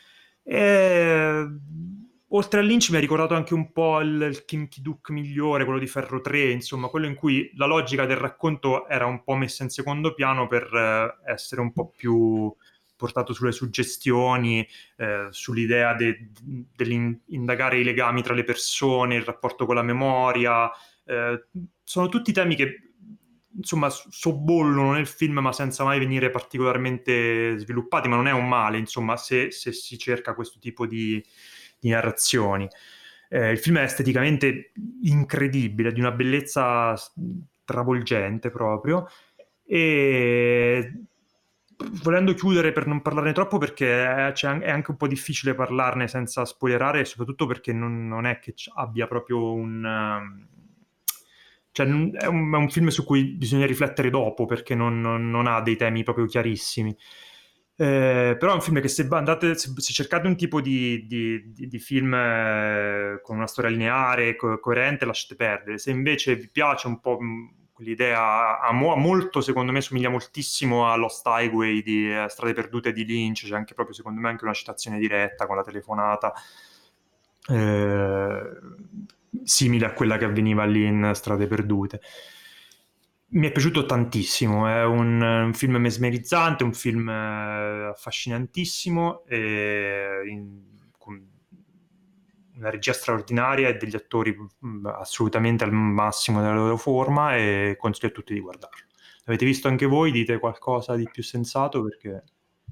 E, oltre a Lynch mi ha ricordato anche un po' il, il Kim Ki-duk migliore, quello di Ferro tre, insomma, quello in cui la logica del racconto era un po' messa in secondo piano per eh, essere un po' più portato sulle suggestioni, eh, sull'idea de, dell'indagare i legami tra le persone, il rapporto con la memoria. Eh, sono tutti temi che insomma sobbollono nel film, ma senza mai venire particolarmente sviluppati, ma non è un male, insomma, se, se si cerca questo tipo di, di narrazioni. Eh, il film è esteticamente incredibile, di una bellezza travolgente proprio, e volendo chiudere per non parlarne troppo, perché è, c'è, è anche un po' difficile parlarne senza spoilerare, soprattutto perché non, non è che abbia proprio un... Cioè, è un, è un film su cui bisogna riflettere dopo, perché non, non, non ha dei temi proprio chiarissimi. Eh, però è un film che se, andate, se, se cercate un tipo di, di, di, di film eh, con una storia lineare, co- coerente, lasciate perdere. Se invece vi piace un po' quell'idea, ha, mo- molto, secondo me, somiglia moltissimo a Lost Highway di eh, Strade Perdute di Lynch, c'è anche proprio, secondo me, anche una citazione diretta con la telefonata. Eh, simile a quella che avveniva lì in Strade Perdute. Mi è piaciuto tantissimo, è un, un film mesmerizzante, un film eh, affascinantissimo, e in- con una regia straordinaria e degli attori mh, assolutamente al massimo della loro forma, e consiglio a tutti di guardarlo. L'avete visto anche voi? Dite qualcosa di più sensato, perché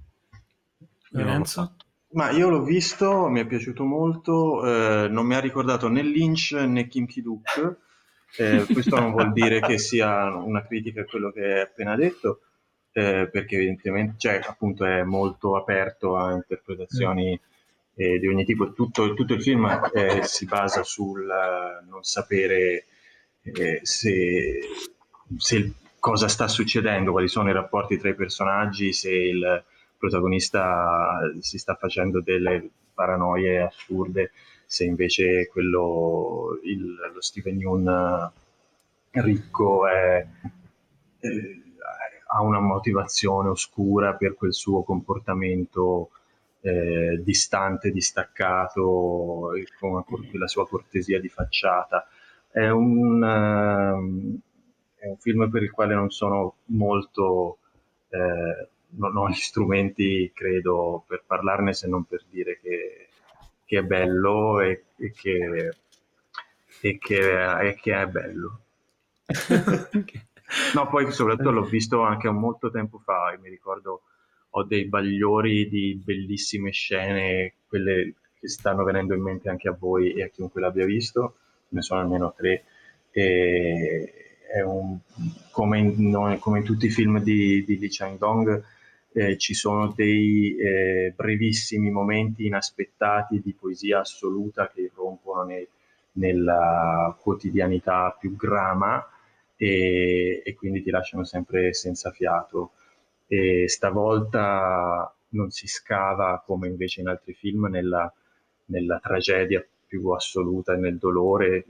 io non l'ho Lorenzo? fatto. Ma io l'ho visto, mi è piaciuto molto, eh, non mi ha ricordato né Lynch né Kim Ki-duk, eh, questo non vuol dire che sia una critica a quello che hai appena detto, eh, perché evidentemente, cioè, appunto è molto aperto a interpretazioni eh, di ogni tipo. Tutto, tutto il film eh, si basa sul eh, non sapere eh, se, se il- cosa sta succedendo, quali sono i rapporti tra i personaggi, se il protagonista si sta facendo delle paranoie assurde, se invece quello, il, lo Steven Yeun ricco è, eh, ha una motivazione oscura per quel suo comportamento eh, distante, distaccato, e con la sua cortesia di facciata. È un, ehm, è un film per il quale non sono molto, eh, non ho gli strumenti, credo, per parlarne, se non per dire che, che è bello e, e che, e che, e che è bello. Ok. No, poi soprattutto l'ho visto anche molto tempo fa, e mi ricordo, ho dei bagliori di bellissime scene, quelle che stanno venendo in mente anche a voi e a chiunque l'abbia visto, ne sono almeno tre, e è un, come, in, no, come in tutti i film di, di Lee Chang-dong, eh, ci sono dei eh, brevissimi momenti inaspettati di poesia assoluta che irrompono nei, nella quotidianità più grama, e, e quindi ti lasciano sempre senza fiato. E stavolta non si scava, come invece in altri film, nella, nella tragedia più assoluta e nel dolore,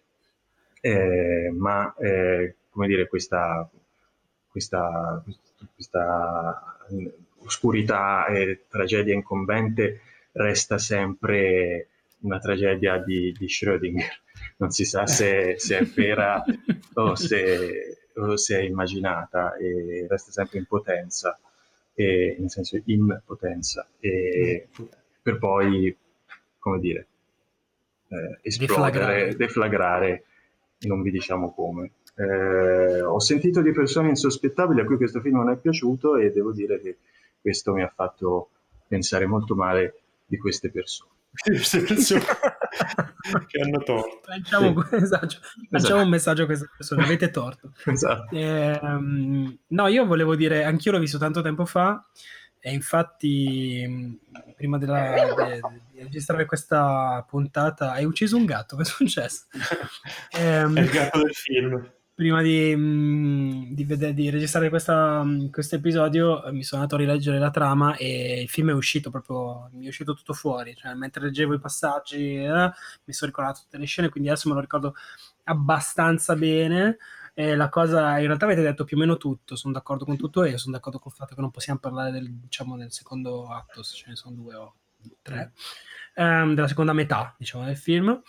eh, ma eh, come dire, questa, questa, questa oscurità e tragedia incombente resta sempre una tragedia di, di Schrödinger. Non si sa se, se è vera o se, o se è immaginata, e resta sempre in potenza, e, nel senso in potenza, e per poi, come dire, eh, Deflagrare. esplodere, deflagrare, non vi diciamo come. Eh, ho sentito di persone insospettabili a cui questo film non è piaciuto, e devo dire che questo mi ha fatto pensare molto male di queste persone. Queste persone che hanno torto. Lanciamo, Sì. esatto, lanciamo Esatto. un messaggio a queste persone, avete torto. Esatto. Ehm, no, io volevo dire, anch'io l'ho visto tanto tempo fa, e infatti mh, prima della, de- di registrare questa puntata hai ucciso un gatto, che è successo? Ehm, È il gatto del film. prima di, mh, di, vede- di registrare questa, mh, questo episodio eh, mi sono andato a rileggere la trama, e il film è uscito proprio, mi è uscito tutto fuori, cioè mentre leggevo i passaggi eh, mi sono ricordato tutte le scene, quindi adesso me lo ricordo abbastanza bene. E la cosa, in realtà avete detto più o meno tutto, sono d'accordo con tutto, e sono d'accordo col fatto che non possiamo parlare del, diciamo, del secondo atto, se ce ne sono due o tre, ehm, della seconda metà, diciamo, del film.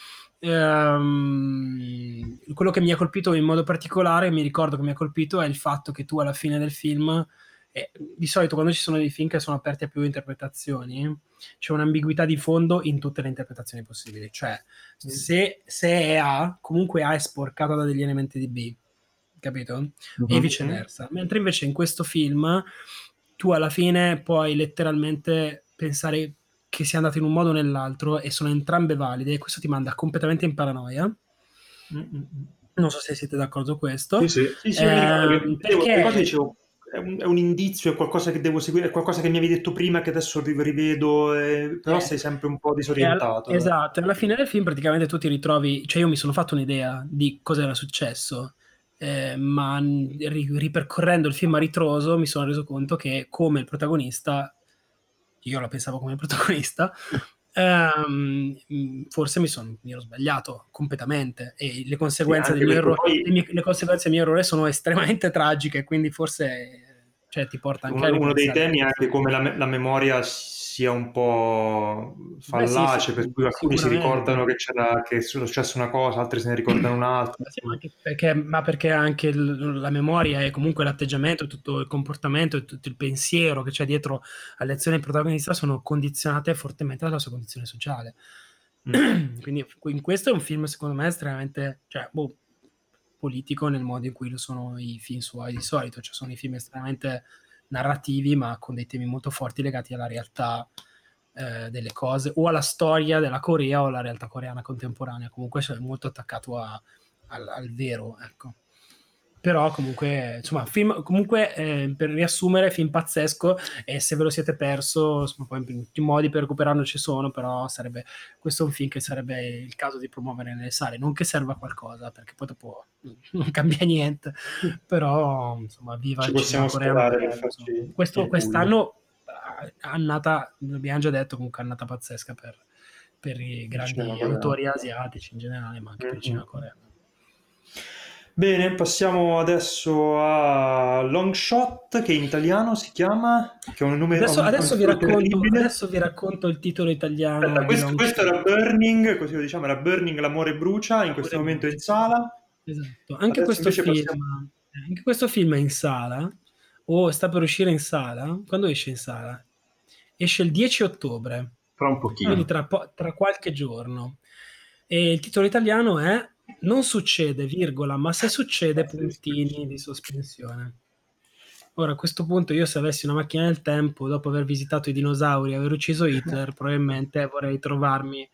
Ehm, quello che mi ha colpito in modo particolare, mi ricordo che mi ha colpito, è il fatto che tu alla fine del film, eh, di solito quando ci sono dei film che sono aperti a più interpretazioni, c'è un'ambiguità di fondo in tutte le interpretazioni possibili, cioè se, se è A, comunque A è sporcata da degli elementi di B, capito? Mm-hmm. E viceversa, mentre invece in questo film tu alla fine puoi letteralmente pensare che sia andato in un modo o nell'altro, e sono entrambe valide, e questo ti manda completamente in paranoia. Mm-mm. Non so se siete d'accordo con questo. Sì, sì. Sì, sì, io mi ricordo che Ehm, vedevo perché quelle cose e dicevo, è un, è un indizio, è qualcosa che devo seguire, è qualcosa che mi avevi detto prima, che adesso ri- rivedo, eh, però Eh, sei sempre un po' e al- disorientato. esatto, alla fine del film praticamente tu ti ritrovi, cioè io mi sono fatto un'idea di cosa era successo, eh, ma ri- ripercorrendo il film a ritroso mi sono reso conto che, come il protagonista, io la pensavo come il protagonista, ehm, forse mi, son, mi ero sbagliato completamente, e le conseguenze Sì, del anche mio perché errore, poi le, mie- le conseguenze del mio errore sono estremamente tragiche, quindi forse cioè ti porta anche uno, a uno dei ripensare. temi è anche come la, me- la memoria sia un po' Beh, sì, fallace, sì, per cui alcuni si sicuramente. ricordano che c'era che è successa una cosa, altri se ne ricordano un'altra. Ma sì, ma anche perché, ma perché anche il- la memoria e comunque l'atteggiamento, tutto il comportamento e tutto il pensiero che c'è dietro alle azioni del protagonista sono condizionate fortemente dalla sua condizione sociale. Mm. Quindi in questo è un film secondo me estremamente, cioè, boh, politico nel modo in cui lo sono i film suoi di solito, cioè sono i film estremamente narrativi ma con dei temi molto forti legati alla realtà eh, delle cose o alla storia della Corea o alla realtà coreana contemporanea, comunque è molto attaccato a, al, al vero, ecco. Però comunque, insomma, film, comunque eh, per riassumere, film pazzesco, e se ve lo siete perso, insomma, poi in tutti i modi per recuperarlo ci sono, però sarebbe, questo è un film che sarebbe il caso di promuovere nelle sale, non che serva a qualcosa, perché poi dopo non cambia niente, però insomma, viva Ci il cinema possiamo coreano, sperare che per è, insomma, farci questo, il culo. quest'anno eh, annata, l'abbiamo già detto, comunque annata pazzesca per, per i grandi cinema autori coreano. asiatici in generale, ma anche per il Mm, cinema mm. coreano. Bene, passiamo adesso a Long Shot, che in italiano si chiama, che ha un nome, ha Adesso, un, ha un adesso vi titolo racconto, terribile. adesso vi racconto il titolo italiano Aspetta, di questo, Long questo Shot. era Burning, così lo diciamo, era Burning, l'amore brucia, in questo Amore momento è in brucia. sala. Esatto. Anche Adesso questo invece passiamo... film, anche questo film è in sala, o sta per uscire in sala. Quando esce in sala? Esce il dieci ottobre, Fra un quindi pochino. tra, po- tra qualche giorno. E il titolo italiano è Non succede, virgola, ma se succede, puntini di sospensione. Ora, a questo punto, io se avessi una macchina del tempo, dopo aver visitato i dinosauri e aver ucciso Hitler, probabilmente vorrei trovarmi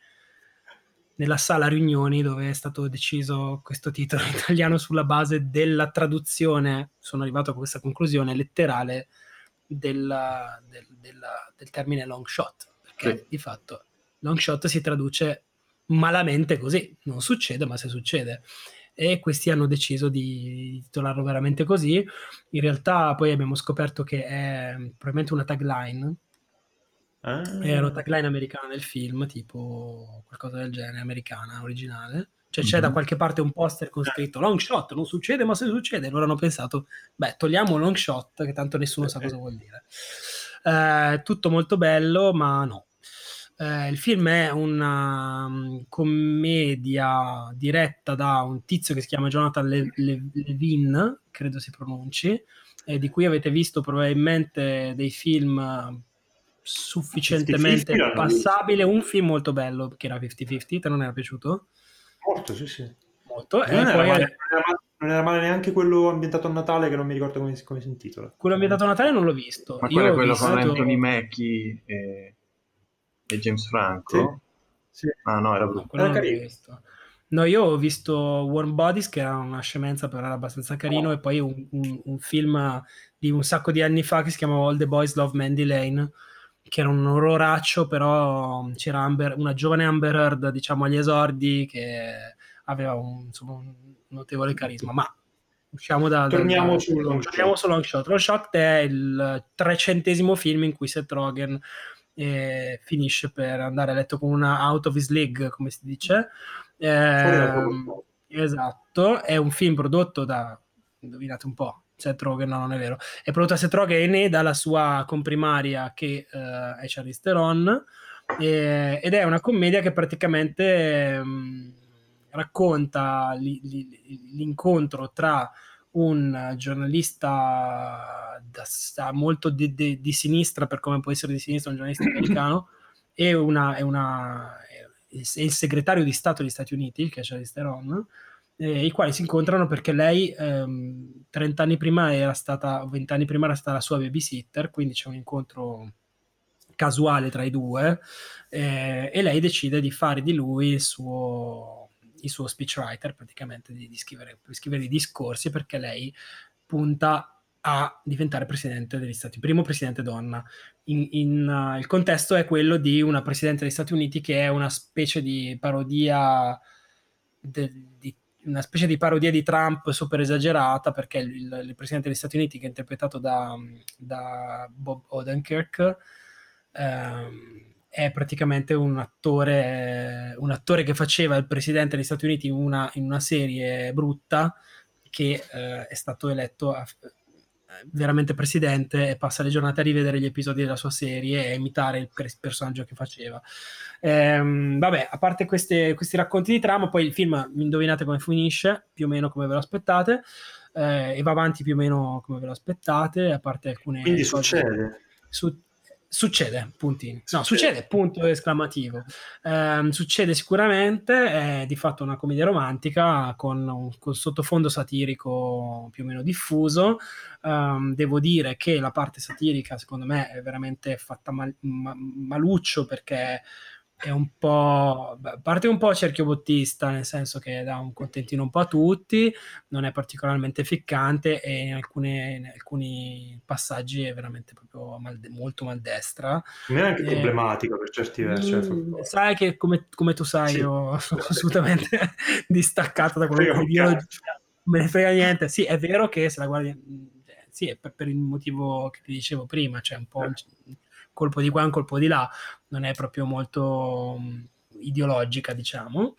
nella sala riunioni dove è stato deciso questo titolo italiano sulla base della traduzione, sono arrivato a questa conclusione letterale, della- del, della- del termine long shot, perché Sì. di fatto long shot si traduce malamente così, non succede, ma se succede. E questi hanno deciso di titolarlo veramente così. In realtà poi abbiamo scoperto che è probabilmente una tagline, Ah, è una tagline americana del film, tipo qualcosa del genere, americana, originale. Cioè c'è da Mhm. qualche parte un poster con scritto long shot, non succede, ma se succede. Loro hanno pensato, beh, togliamo long shot, che tanto nessuno sa cosa vuol dire. Eh, tutto molto bello, ma no. Eh, il film è una um, commedia diretta da un tizio che si chiama Jonathan Le- Le- Levin, credo si pronunci, eh, di cui avete visto probabilmente dei film eh, cinquanta cinquanta sufficientemente l'hanno visto. passabile. Un film molto bello che era cinquanta cinquanta, te non era piaciuto? Molto, sì, sì. Molto. Perché non E era poi male, eh, non era male, non era male neanche quello ambientato a Natale, che non mi ricordo come, si- come si intitola. quello ambientato a Natale non l'ho visto. Ma quello Io è ho quello con visto... Anthony Mackie e, e James Sì, Franco? sì. Ah no, era No, brutto. quello Era non l'ho carino. visto. No, io ho visto Warm Bodies, che era una scemenza, però era abbastanza carino, e poi un, un- un film di un sacco di anni fa che si chiamava All the Boys Love Mandy Lane, che era un orroraccio, però c'era Amber- una giovane Amber Heard, diciamo, agli esordi, che aveva un, insomma, un notevole carisma. Ma usciamo da, dal... Torniamo da- sul long torniamo shot. su Long Shot. Long Shot è il trecentesimo film in cui Seth Rogen eh, finisce per andare a letto con una out of his league, come si dice. Fuori dal Ehm, proprio. esatto, è un film prodotto da, indovinate un po', Seth Rogen, no, non è vero, è prodotto da Seth Rogen e dalla sua comprimaria che eh, è Charlize Theron, eh, ed è una commedia che praticamente ehm, racconta li- li- l'incontro tra un giornalista da, da molto di, di- di sinistra, per come può essere di sinistra un giornalista americano, e una, e una e il segretario di Stato degli Stati Uniti, che è Charlize Theron, eh, i quali si incontrano perché lei ehm, trenta anni prima era stata, venti anni prima era stata la sua babysitter, quindi c'è un incontro casuale tra i due, eh, e lei decide di fare di lui il suo, il suo speechwriter, praticamente di, di scrivere, di scrivere i discorsi, perché lei punta a diventare presidente degli Stati Uniti, primo presidente donna. In, in, uh, il contesto è quello di una presidente degli Stati Uniti che è una specie di parodia de, di, una specie di parodia di Trump super esagerata, perché il, il presidente degli Stati Uniti, che è interpretato da, da Bob Odenkirk, ehm, è praticamente un attore un attore che faceva il presidente degli Stati Uniti in una, in una serie brutta, che eh, è stato eletto a, veramente presidente e passa le giornate a rivedere gli episodi della sua serie e imitare il per- personaggio che faceva. Ehm, vabbè, a parte queste- questi racconti di trama, poi il film, indovinate come finisce, più o meno come ve lo aspettate, eh, e va avanti più o meno come ve lo aspettate, a parte alcune Quindi cose... succede. Su- succede, puntini. No, Succede. succede, punto esclamativo. Ehm, succede sicuramente, è di fatto una commedia romantica con un col sottofondo satirico più o meno diffuso. Ehm, devo dire che la parte satirica, secondo me, è veramente fatta mal- ma- maluccio, perché è un po', beh, parte un po' cerchiobottista, nel senso che dà un contentino un po' a tutti, non è particolarmente ficcante e in, alcune- in alcuni passaggi è veramente proprio malde- molto maldestra. Non è anche Eh, problematica per certi versi. Cioè, mm, sai che come, come tu sai, sì. io sono assolutamente distaccato da Frega qualunque un ideologia, cazzo. non me ne frega niente. Sì, è vero che se la guardi, mm, sì, è per, per il motivo che ti dicevo prima, cioè un po' un colpo di qua, un colpo di là, non è proprio molto mh, ideologica, diciamo.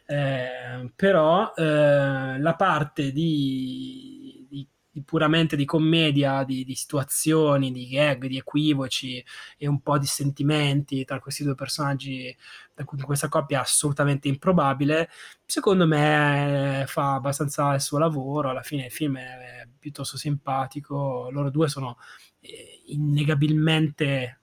Eh, però eh, la parte di, di- di puramente di commedia, di, di situazioni, di gag, di equivoci e un po' di sentimenti tra questi due personaggi, tra cui- questa coppia assolutamente improbabile, secondo me eh, fa abbastanza il suo lavoro. Alla fine il film è piuttosto simpatico, loro due sono eh, innegabilmente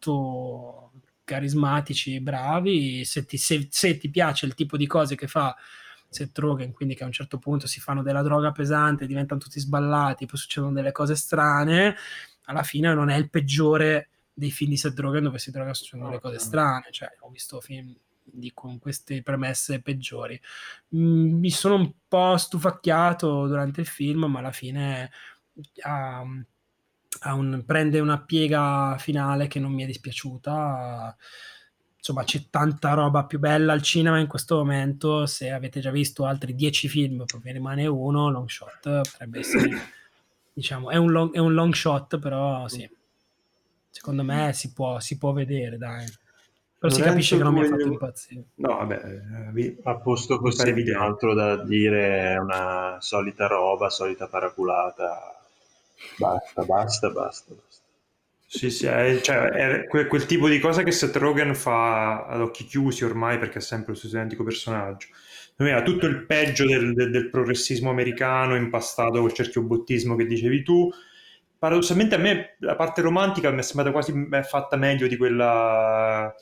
molto carismatici, bravi. Se ti, se- se ti piace il tipo di cose che fa Seth Rogen, quindi che a un certo punto si fanno della droga pesante, diventano tutti sballati, poi succedono delle cose strane, alla fine non è il peggiore dei film di Seth Rogen dove si droga, succedono delle cose strane. Cioè, ho visto film di, con queste premesse peggiori. Mm, mi sono un po' stufacchiato durante il film, ma alla fine ha, ha un- prende una piega finale che non mi è dispiaciuta. Insomma, c'è tanta roba più bella al cinema in questo momento. Se avete già visto altri dieci film, poi ve ne rimane uno, long shot, potrebbe essere, diciamo, è un long, è un long shot, però sì, secondo me si può, si può vedere, dai. Però si capisce Lorenzo, che non tu mi ha fatto voglio... impazzire. No, vabbè, eh, vi- A posto mi pare così, evidente. altro da dire, è una solita roba, solita paraculata. Basta, basta, basta, basta. Sì, sì, è, cioè, è que- quel tipo di cosa che Seth Rogen fa ad occhi chiusi ormai perché è sempre lo stesso identico personaggio. Lui ha tutto il peggio del, del- del progressismo americano impastato col cerchiobottismo che dicevi tu. Paradossalmente a me la parte romantica mi è sembrata quasi me- fatta meglio di quella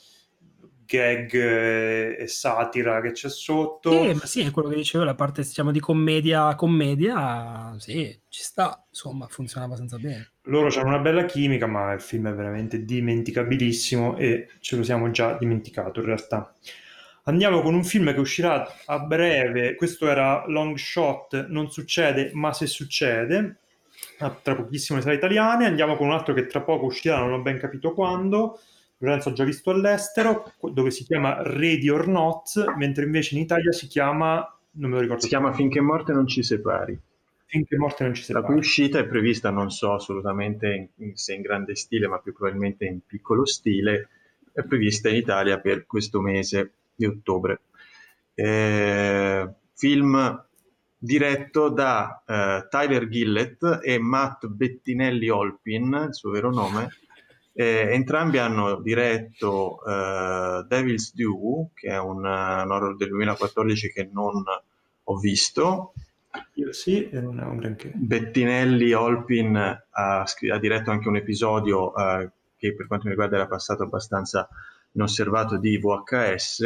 gag e, e satira che c'è sotto. Sì, ma sì, è quello che dicevo, la parte, diciamo, di commedia, commedia, sì, ci sta, insomma, funziona abbastanza bene. Loro hanno una bella chimica, ma il film è veramente dimenticabilissimo e ce lo siamo già dimenticato in realtà. Andiamo con un film che uscirà a breve, questo era Long Shot, non succede, ma se succede, tra pochissimo le sale italiane. Andiamo con un altro che tra poco uscirà, non ho ben capito quando, Lorenzo ha già visto all'estero, dove si chiama Ready or Not, mentre invece in Italia si chiama, non me lo ricordo Si più, chiama Finché morte non ci separi. Finché morte non ci La cui separi. uscita è prevista, non so assolutamente in- in- se in grande stile, ma più probabilmente in piccolo stile, è prevista in Italia per questo mese di ottobre. Eh, film diretto da eh, Tyler Gillett e Matt Bettinelli Olpin, il suo vero nome. Eh, entrambi hanno diretto eh, Devil's Due, che è un, eh, un horror del duemilaquattordici che non ho visto. Io sì, e non è un granché. Bettinelli Olpin ha, scr- ha diretto anche un episodio eh, che per quanto mi riguarda era passato abbastanza inosservato di V H S,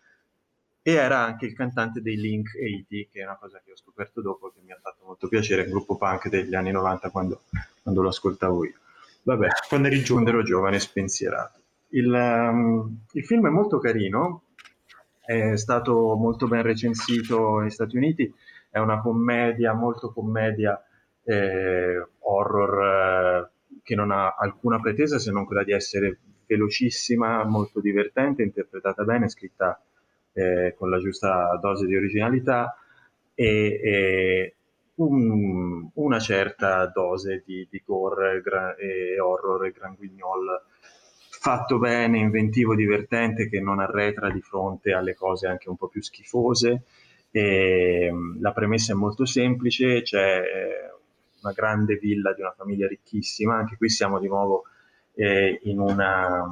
e era anche il cantante dei Link ottanta, che è una cosa che ho scoperto dopo, che mi ha fatto molto piacere, un gruppo punk degli anni novanta quando, quando lo ascoltavo io. Vabbè, Quando eri quando giovane. ero giovane e spensierato. Il, um, il film è molto carino, è stato molto ben recensito negli Stati Uniti, è una commedia, molto commedia, eh, horror, eh, che non ha alcuna pretesa se non quella di essere velocissima, molto divertente, interpretata bene, scritta eh, con la giusta dose di originalità e, e un- una certa dose di, di gore gra- e horror e gran guignol fatto bene, inventivo, divertente, che non arretra di fronte alle cose anche un po' più schifose. E, mh, la premessa è molto semplice, c'è eh, una grande villa di una famiglia ricchissima. Anche qui siamo di nuovo eh, in una,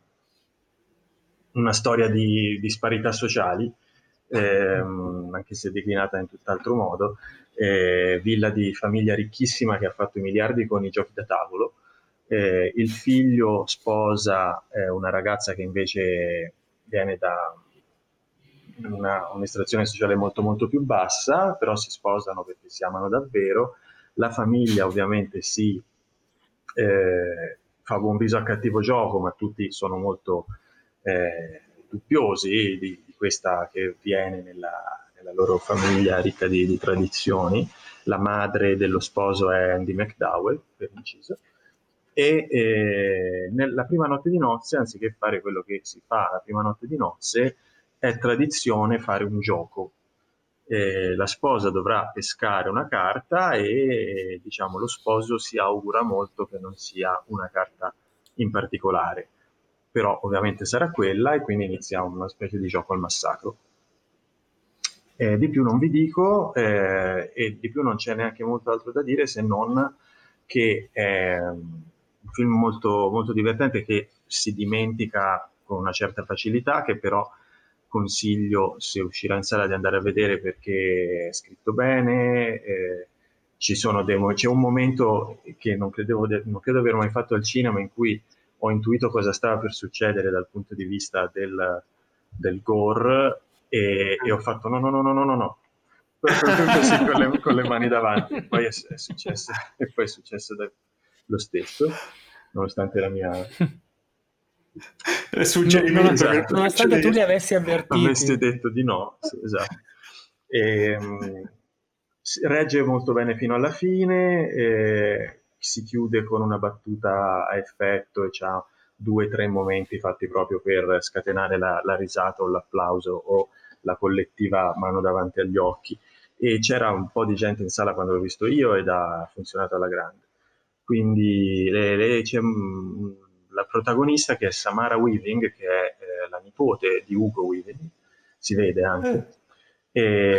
una storia di disparità sociali, ehm, anche se declinata in tutt'altro modo. Eh, villa di famiglia ricchissima che ha fatto i miliardi con i giochi da tavolo. Eh, il figlio sposa eh, una ragazza che invece viene da una, un'estrazione sociale molto molto più bassa, però si sposano perché si amano davvero. La famiglia ovviamente si eh, fa buon viso a cattivo gioco, ma tutti sono molto eh, dubbiosi di, di questa che viene nella, nella loro famiglia ricca di, di tradizioni. La madre dello sposo è Andy McDowell, per inciso. E eh, nella prima notte di nozze, anziché fare quello che si fa la prima notte di nozze, è tradizione fare un gioco. Eh, la sposa dovrà pescare una carta e diciamo lo sposo si augura molto che non sia una carta in particolare, però ovviamente sarà quella, e quindi inizia una specie di gioco al massacro. Eh, di più non vi dico, eh, e di più non c'è neanche molto altro da dire, se non che è un film molto, molto divertente, che si dimentica con una certa facilità, che però consiglio, se uscirà in sala, di andare a vedere perché è scritto bene. Eh, ci sono dei, c'è un momento che non credevo, de, non credo aver mai fatto al cinema, in cui ho intuito cosa stava per succedere dal punto di vista del, del gore, e, e ho fatto no no no no no no no così con le, con le mani davanti. Poi è, è successo, e poi è successo da, lo stesso, nonostante la mia suggerimento, non, esatto, nonostante tu li avessi avvertiti, avessi detto di no, sì, esatto. E, um, regge molto bene fino alla fine, eh, si chiude con una battuta a effetto e c'ha due o tre momenti fatti proprio per scatenare la, la risata o l'applauso o la collettiva mano davanti agli occhi, e c'era un po' di gente in sala quando l'ho visto io ed ha funzionato alla grande. Quindi le, le, c'è mh, la protagonista, che è Samara Weaving, che è eh, la nipote di Hugo Weaving, si vede anche, eh. e,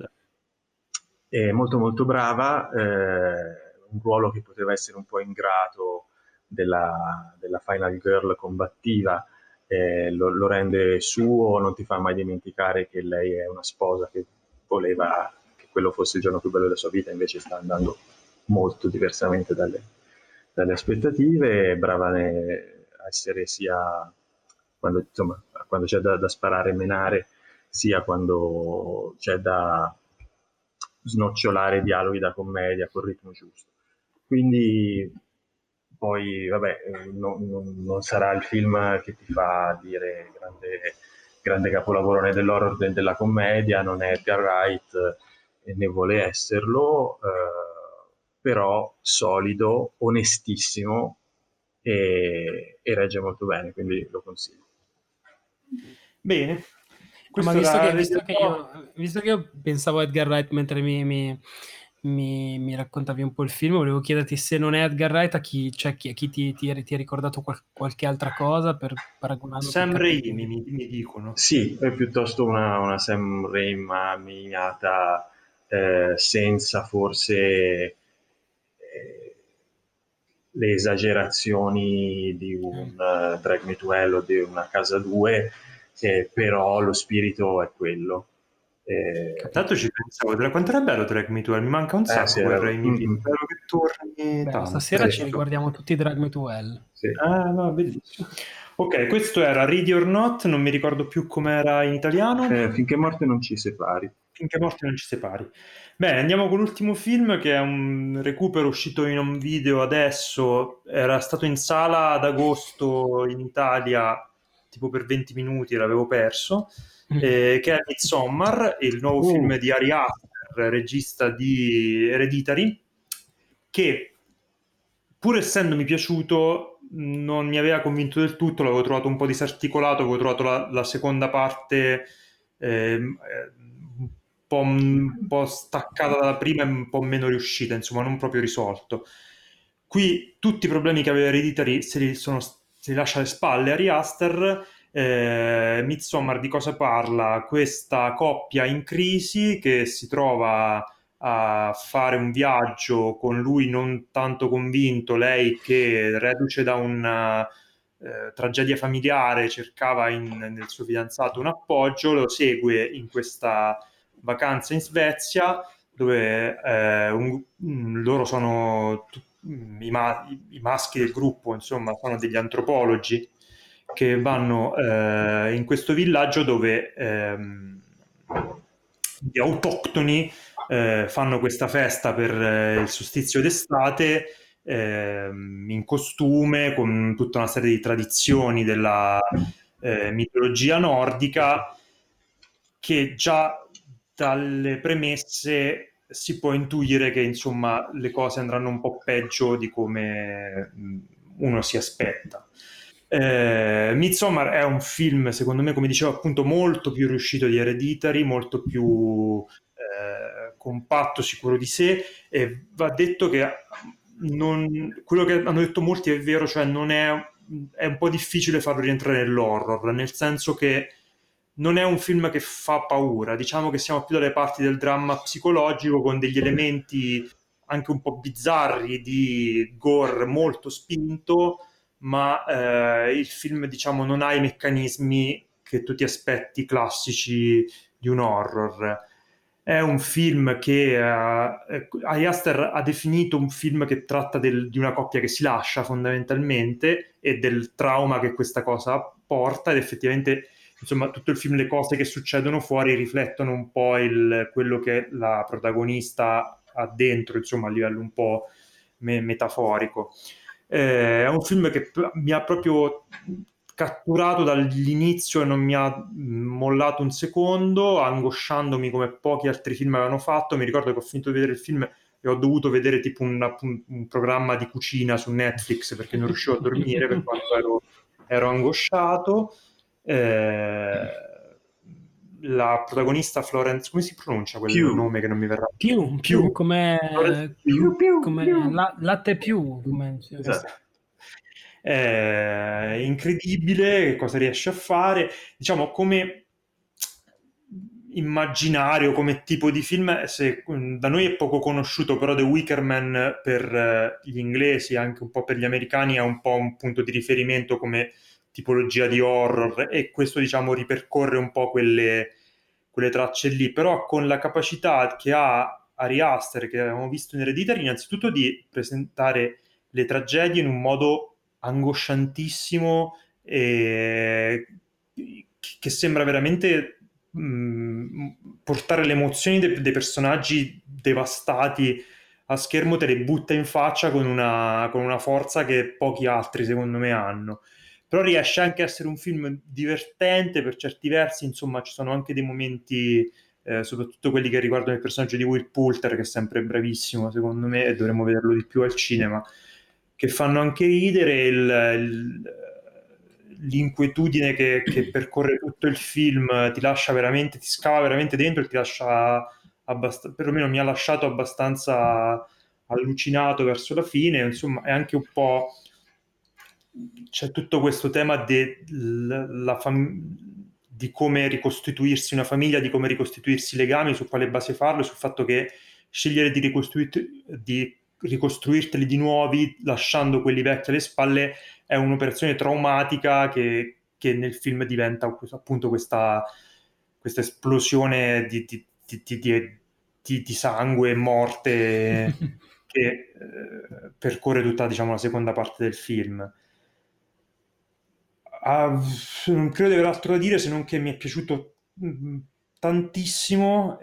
è molto molto brava, eh, un ruolo che poteva essere un po' ingrato della, della Final Girl combattiva, eh, lo, lo rende suo, non ti fa mai dimenticare che lei è una sposa che voleva che quello fosse il giorno più bello della sua vita, invece sta andando molto diversamente dalle, dalle aspettative. È brava a essere sia quando, insomma, quando c'è da, da sparare e menare, sia quando c'è da snocciolare dialoghi da commedia col ritmo giusto. Quindi poi vabbè, non, non, non sarà il film che ti fa dire grande, grande capolavoro né dell'horror né della commedia, non è Edgar Wright e né vuole esserlo, eh, però solido, onestissimo, e, e regge molto bene, quindi lo consiglio. Bene. No, ma visto che, visto, che io, visto che io pensavo a Edgar Wright mentre mi, mi, mi, mi raccontavi un po' il film, volevo chiederti, se non è Edgar Wright, a chi, cioè, chi, a chi ti, ti, ti ha ricordato qual, qualche altra cosa per paragonarlo? Sam Raimi mi, mi dicono. Sì, è piuttosto una, una Sam Raimi miniata, eh, senza forse eh, le esagerazioni di un uh, Drag Me to Hell o di una Casa due, eh, però lo spirito è quello. Eh, Tanto ci pensavo, quanto era bello Drag Me to Hell, mi manca un eh, sacco sì, quel era... Raimi, mm-hmm. spero che torni. Beh, tanto. Stasera sì, ci riguardiamo tutti Drag Me to Hell. Sì. Ah, no, bellissimo. Ok, questo era Ready or Not, non mi ricordo più com'era in italiano. Eh, finché morte non ci separi. Finché morte non ci separi. Bene, andiamo con l'ultimo film, che è un recupero uscito in un video adesso, era stato in sala ad agosto in Italia tipo per venti minuti, l'avevo perso, eh, che è Midsommar, il nuovo uh. film di Ari Aster, regista di Hereditary, che pur essendomi piaciuto non mi aveva convinto del tutto, l'avevo trovato un po' disarticolato, avevo trovato la, la seconda parte eh, un, po', un po' staccata dalla prima e un po' meno riuscita, insomma non proprio risolto. Qui tutti i problemi che aveva Hereditary se li, sono, se li lascia alle spalle Ari Aster. eh, Midsommar di cosa parla? Questa coppia in crisi che si trova a fare un viaggio con lui non tanto convinto, lei che reduce da una eh, tragedia familiare cercava in, nel suo fidanzato un appoggio, lo segue in questa vacanza in Svezia dove eh, un- un- loro sono tu- i, ma- i maschi del gruppo, insomma, sono degli antropologi che vanno eh, in questo villaggio dove ehm, gli autoctoni eh, fanno questa festa per eh, il solstizio d'estate ehm, in costume, con tutta una serie di tradizioni della eh, mitologia nordica che già dalle premesse si può intuire che insomma le cose andranno un po' peggio di come mh, uno si aspetta. Eh, Midsommar è un film, secondo me, come dicevo appunto, molto più riuscito di Hereditary, molto più eh, compatto, sicuro di sé, e va detto che non, quello che hanno detto molti è vero, cioè non è, è un po' difficile farlo rientrare nell'horror, nel senso che non è un film che fa paura, diciamo che siamo più dalle parti del dramma psicologico con degli elementi anche un po' bizzarri di gore molto spinto, ma eh, il film, diciamo, non ha i meccanismi che tu ti aspetti classici di un horror. È un film che eh, Ari Aster ha definito un film che tratta del- di una coppia che si lascia fondamentalmente e del trauma che questa cosa porta, ed effettivamente insomma tutto il film, le cose che succedono fuori riflettono un po' il- quello che la protagonista ha dentro, insomma a livello un po' me- metaforico. Eh, è un film che p- mi ha proprio catturato dall'inizio e non mi ha mh, mollato un secondo, angosciandomi come pochi altri film avevano fatto. Mi ricordo che ho finito di vedere il film e ho dovuto vedere tipo un, un- un programma di cucina su Netflix perché non riuscivo a dormire per quanto ero, ero angosciato. Eh, la protagonista Florence, come si pronuncia quel Più. nome che non mi verrà? Più, più, Più. come, Più, più, come più. la- latte più. Come, sì. Esatto. È incredibile che cosa riesce a fare, diciamo come immaginario, come tipo di film, se, da noi è poco conosciuto, però The Wicker Man per eh, gli inglesi, anche un po' per gli americani, è un po' un punto di riferimento come tipologia di horror, e questo diciamo ripercorre un po' quelle, quelle tracce lì, però con la capacità che ha Ari Aster, che avevamo visto in Hereditary, innanzitutto di presentare le tragedie in un modo angosciantissimo e che sembra veramente mh, portare le emozioni de- dei personaggi devastati a schermo, te le butta in faccia con una, con una forza che pochi altri secondo me hanno. Però riesce anche a essere un film divertente per certi versi, insomma ci sono anche dei momenti, eh, soprattutto quelli che riguardano il personaggio di Will Poulter, che è sempre bravissimo secondo me e dovremmo vederlo di più al cinema, che fanno anche ridere. Il, il- l'inquietudine che, che percorre tutto il film ti lascia veramente, ti scava veramente dentro e ti lascia abbast- perlomeno mi ha lasciato abbastanza allucinato verso la fine. Insomma è anche un po', c'è tutto questo tema de- l- la fam- di come ricostituirsi una famiglia, di come ricostituirsi i legami, su quale base farlo, sul fatto che scegliere di, ricostruir- di ricostruirteli di nuovi lasciando quelli vecchi alle spalle è un'operazione traumatica che, che nel film diventa appunto questa, questa esplosione di, di, di, di, di, di sangue e morte che eh, percorre tutta, diciamo, la seconda parte del film. Ah, non credo di aver altro da dire se non che mi è piaciuto mm, tantissimo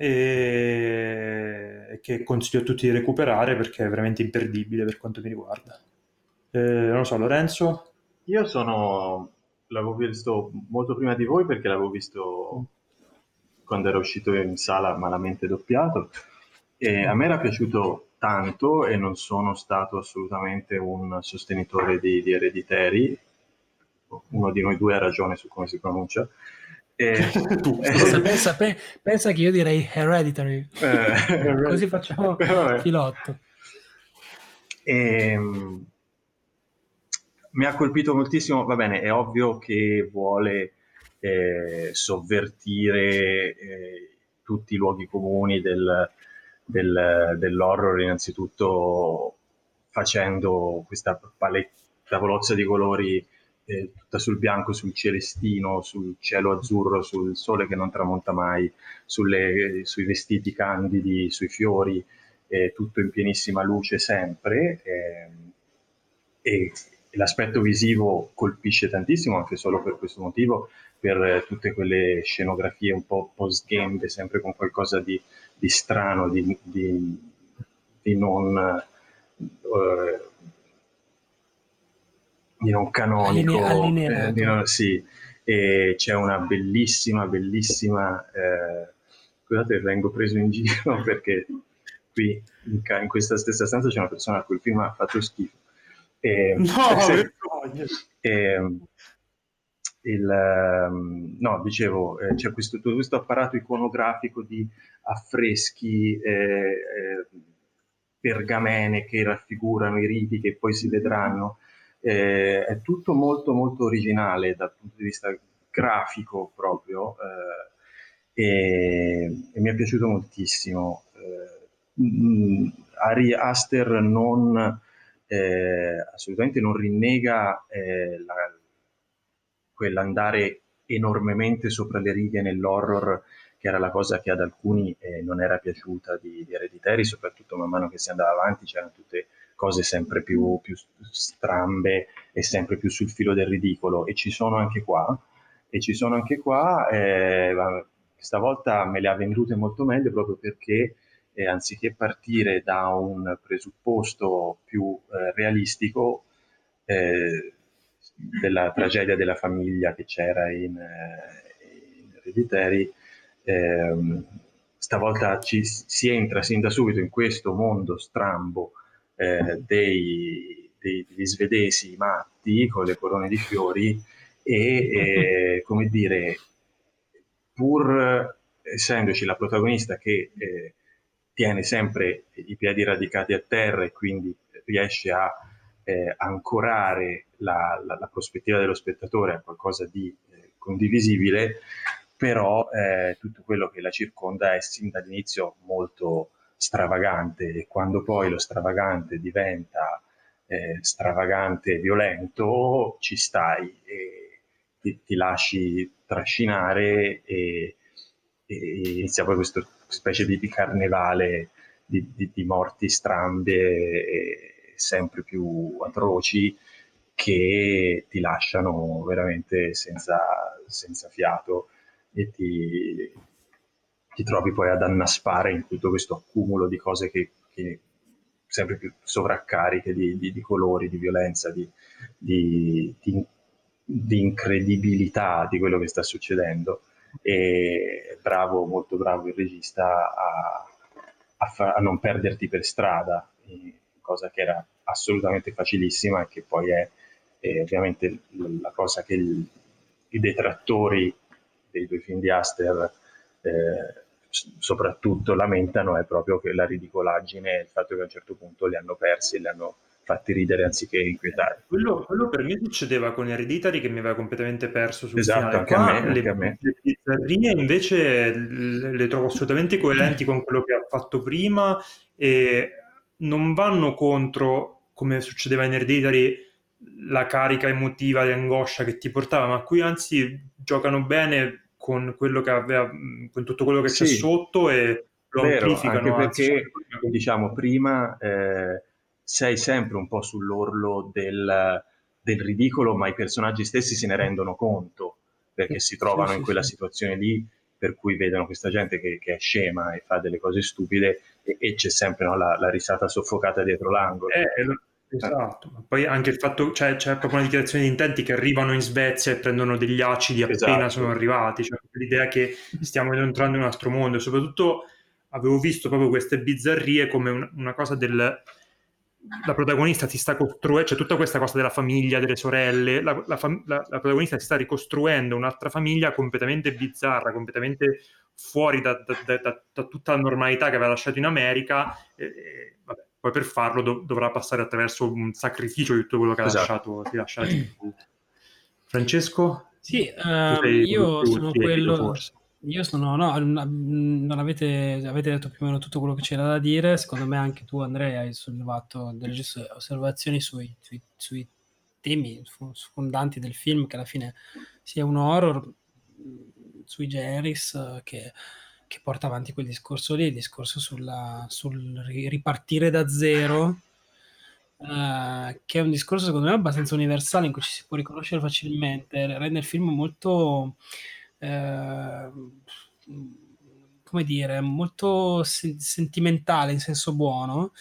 e e che consiglio a tutti di recuperare perché è veramente imperdibile per quanto mi riguarda. Eh, non lo so, Lorenzo? Io sono, l'avevo visto molto prima di voi perché l'avevo visto quando era uscito in sala malamente doppiato e a me era piaciuto tanto e non sono stato assolutamente un sostenitore di, di Hereditary. Uno di noi due ha ragione su come si pronuncia. E, Tu. Pensa, pensa, pe- pensa che io direi Hereditary, eh, così facciamo vabbè. filotto. E, mi ha colpito moltissimo, va bene, è ovvio che vuole eh, sovvertire eh, tutti i luoghi comuni del, del, dell'horror, innanzitutto facendo questa palette, tavolozza di colori eh, tutta sul bianco, sul celestino, sul cielo azzurro, sul sole che non tramonta mai, sulle, sui vestiti candidi, sui fiori, eh, tutto in pienissima luce sempre. Eh, e l'aspetto visivo colpisce tantissimo anche solo per questo motivo, per tutte quelle scenografie un po' post-game, sempre con qualcosa di, di strano, di, di, di non... Uh, di non canonico, Alline- eh, allineato. di non- sì, e c'è una bellissima, bellissima, eh, scusate, vengo preso in giro perché qui in, ca- in questa stessa stanza c'è una persona a cui il film ha fatto schifo. E, No, sì, vergogna. e, il, ehm, no, dicevo, eh, c'è questo, tutto questo apparato iconografico di affreschi, eh, eh, pergamene che raffigurano i riti che poi si vedranno. Eh, è tutto molto molto originale dal punto di vista grafico proprio, eh, e, e mi è piaciuto moltissimo. Eh, mh, Ari Aster non eh, assolutamente non rinnega eh, la, quell'andare enormemente sopra le righe nell'horror, che era la cosa che ad alcuni eh, non era piaciuta di, di Hereditary, soprattutto man mano che si andava avanti c'erano tutte cose sempre più, più strambe e sempre più sul filo del ridicolo, e ci sono anche qua, e ci sono anche qua, eh, stavolta me le ha vendute molto meglio proprio perché eh, anziché partire da un presupposto più eh, realistico eh, della tragedia della famiglia che c'era in, eh, in Hereditary, ehm, stavolta ci, si entra sin da subito in questo mondo strambo eh, dei, dei, degli svedesi matti con le corone di fiori e, eh, come dire, pur essendoci la protagonista che eh, tiene sempre i piedi radicati a terra e quindi riesce a eh, ancorare la, la, la prospettiva dello spettatore a qualcosa di eh, condivisibile, però eh, tutto quello che la circonda è sin dall'inizio molto stravagante, e quando poi lo stravagante diventa eh, stravagante e violento ci stai e ti, ti lasci trascinare e, e inizia poi questa specie di, di carnevale di, di, di morti strambe e sempre più atroci che ti lasciano veramente senza, senza fiato e ti, ti trovi poi ad annaspare in tutto questo accumulo di cose che, che sempre più sovraccariche di, di, di colori, di violenza, di, di, di, di incredibilità di quello che sta succedendo. E bravo, molto bravo il regista a, a, fa, a non perderti per strada, cosa che era assolutamente facilissima e che poi è eh, ovviamente la cosa che il, i detrattori dei due film di Aster eh, soprattutto lamentano è proprio che la ridicolaggine, il fatto che a un certo punto li hanno persi e li hanno fatti ridere anziché inquietare. Quello, quello per me succedeva con Hereditary, che mi aveva completamente perso sul esatto, finale. Anche Qua a me, le, anche a me. le bizzarrie invece le, le trovo assolutamente coerenti con quello che ha fatto prima e non vanno contro, come succedeva in Hereditary, la carica emotiva di angoscia che ti portava, ma qui anzi giocano bene con quello che aveva, con tutto quello che Sì, c'è sotto e lo vero, amplificano. anche Anzi, perché diciamo prima eh, sei sempre un po' sull'orlo del, del ridicolo, ma i personaggi stessi se ne rendono conto perché si trovano Sì, in sì, quella sì. situazione lì, per cui vedono questa gente che, che è scema e fa delle cose stupide e, e c'è sempre no, la, la risata soffocata dietro l'angolo. Eh, lo- esatto, ma poi anche il fatto, cioè, c'è proprio una dichiarazione di intenti che arrivano in Svezia e prendono degli acidi appena Esatto. sono arrivati, cioè l'idea che stiamo entrando in un altro mondo, e soprattutto avevo visto proprio queste bizzarrie come un- una cosa del... La protagonista si sta costruendo, c'è tutta questa cosa della famiglia, delle sorelle, la, la fam- la- la protagonista si sta ricostruendo un'altra famiglia completamente bizzarra, completamente fuori da, da- da- da- da tutta la normalità che aveva lasciato in America, e, e, vabbè, poi per farlo dov- dovrà passare attraverso un sacrificio di tutto quello che ha Esatto. lasciato, si lascia. Francesco? Sì, Tu ehm, sei quello io più sono tiepido, quello, forse. Io sono, no, non non avete, avete detto più o meno tutto quello che c'era da dire. Secondo me anche tu, Andrea, hai sollevato delle giuste osservazioni sui, sui, sui temi fu- sfondanti del film, che alla fine sia un horror mh, sui generis, eh, che, che porta avanti quel discorso lì, il discorso sulla, sul ri- ripartire da zero, eh, che è un discorso secondo me abbastanza universale in cui ci si può riconoscere facilmente, rende il film molto, eh, come dire, molto sen- sentimentale in senso buono.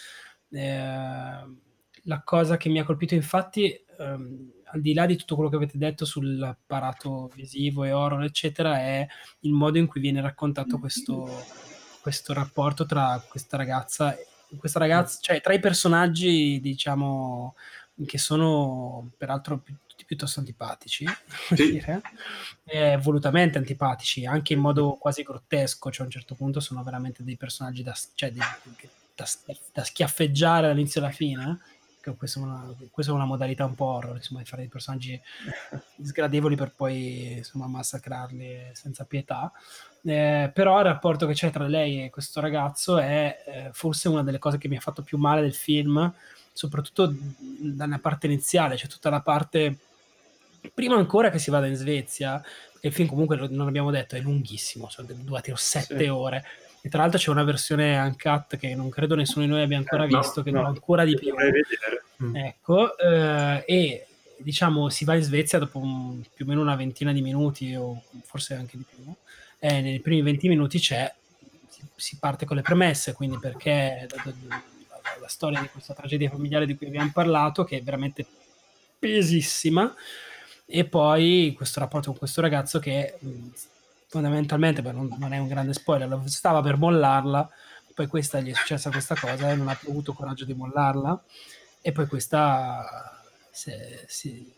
Eh, la cosa che mi ha colpito infatti, ehm, al di là di tutto quello che avete detto sull'apparato visivo e horror, eccetera, è il modo in cui viene raccontato questo, questo rapporto tra questa ragazza, questa ragazza, cioè tra i personaggi, diciamo, che sono peraltro pi- tutti piuttosto antipatici, devo Sì, dire, eh, volutamente antipatici, anche in modo quasi grottesco, cioè a un certo punto sono veramente dei personaggi da, cioè, dei- da, da schiaffeggiare dall'inizio alla fine, che questa è una, questa è una modalità un po' horror, insomma, di fare dei personaggi sgradevoli per poi insomma massacrarli senza pietà. Eh, però il rapporto che c'è tra lei e questo ragazzo è eh, forse una delle cose che mi ha fatto più male del film, soprattutto dalla parte iniziale, cioè tutta la parte prima ancora che si vada in Svezia, perché il film comunque non abbiamo detto è lunghissimo, sono durati sette Sì. ore, e tra l'altro c'è una versione uncut che non credo nessuno di noi abbia ancora Eh, visto, no, che dura no, ancora di lo più. dovrei vedere. Mm. Ecco, eh, e diciamo si va in Svezia dopo un- più o meno una ventina di minuti, o forse anche di più. E nei primi venti minuti c'è, si, si parte con le premesse, quindi perché la, la- la- la storia di questa tragedia familiare di cui abbiamo parlato, che è veramente pesissima, e poi questo rapporto con questo ragazzo che mh, fondamentalmente, beh, non, non è un grande spoiler, lo- stava per mollarla, poi questa gli è successa questa cosa e non ha più avuto coraggio di mollarla, e poi questa si, si-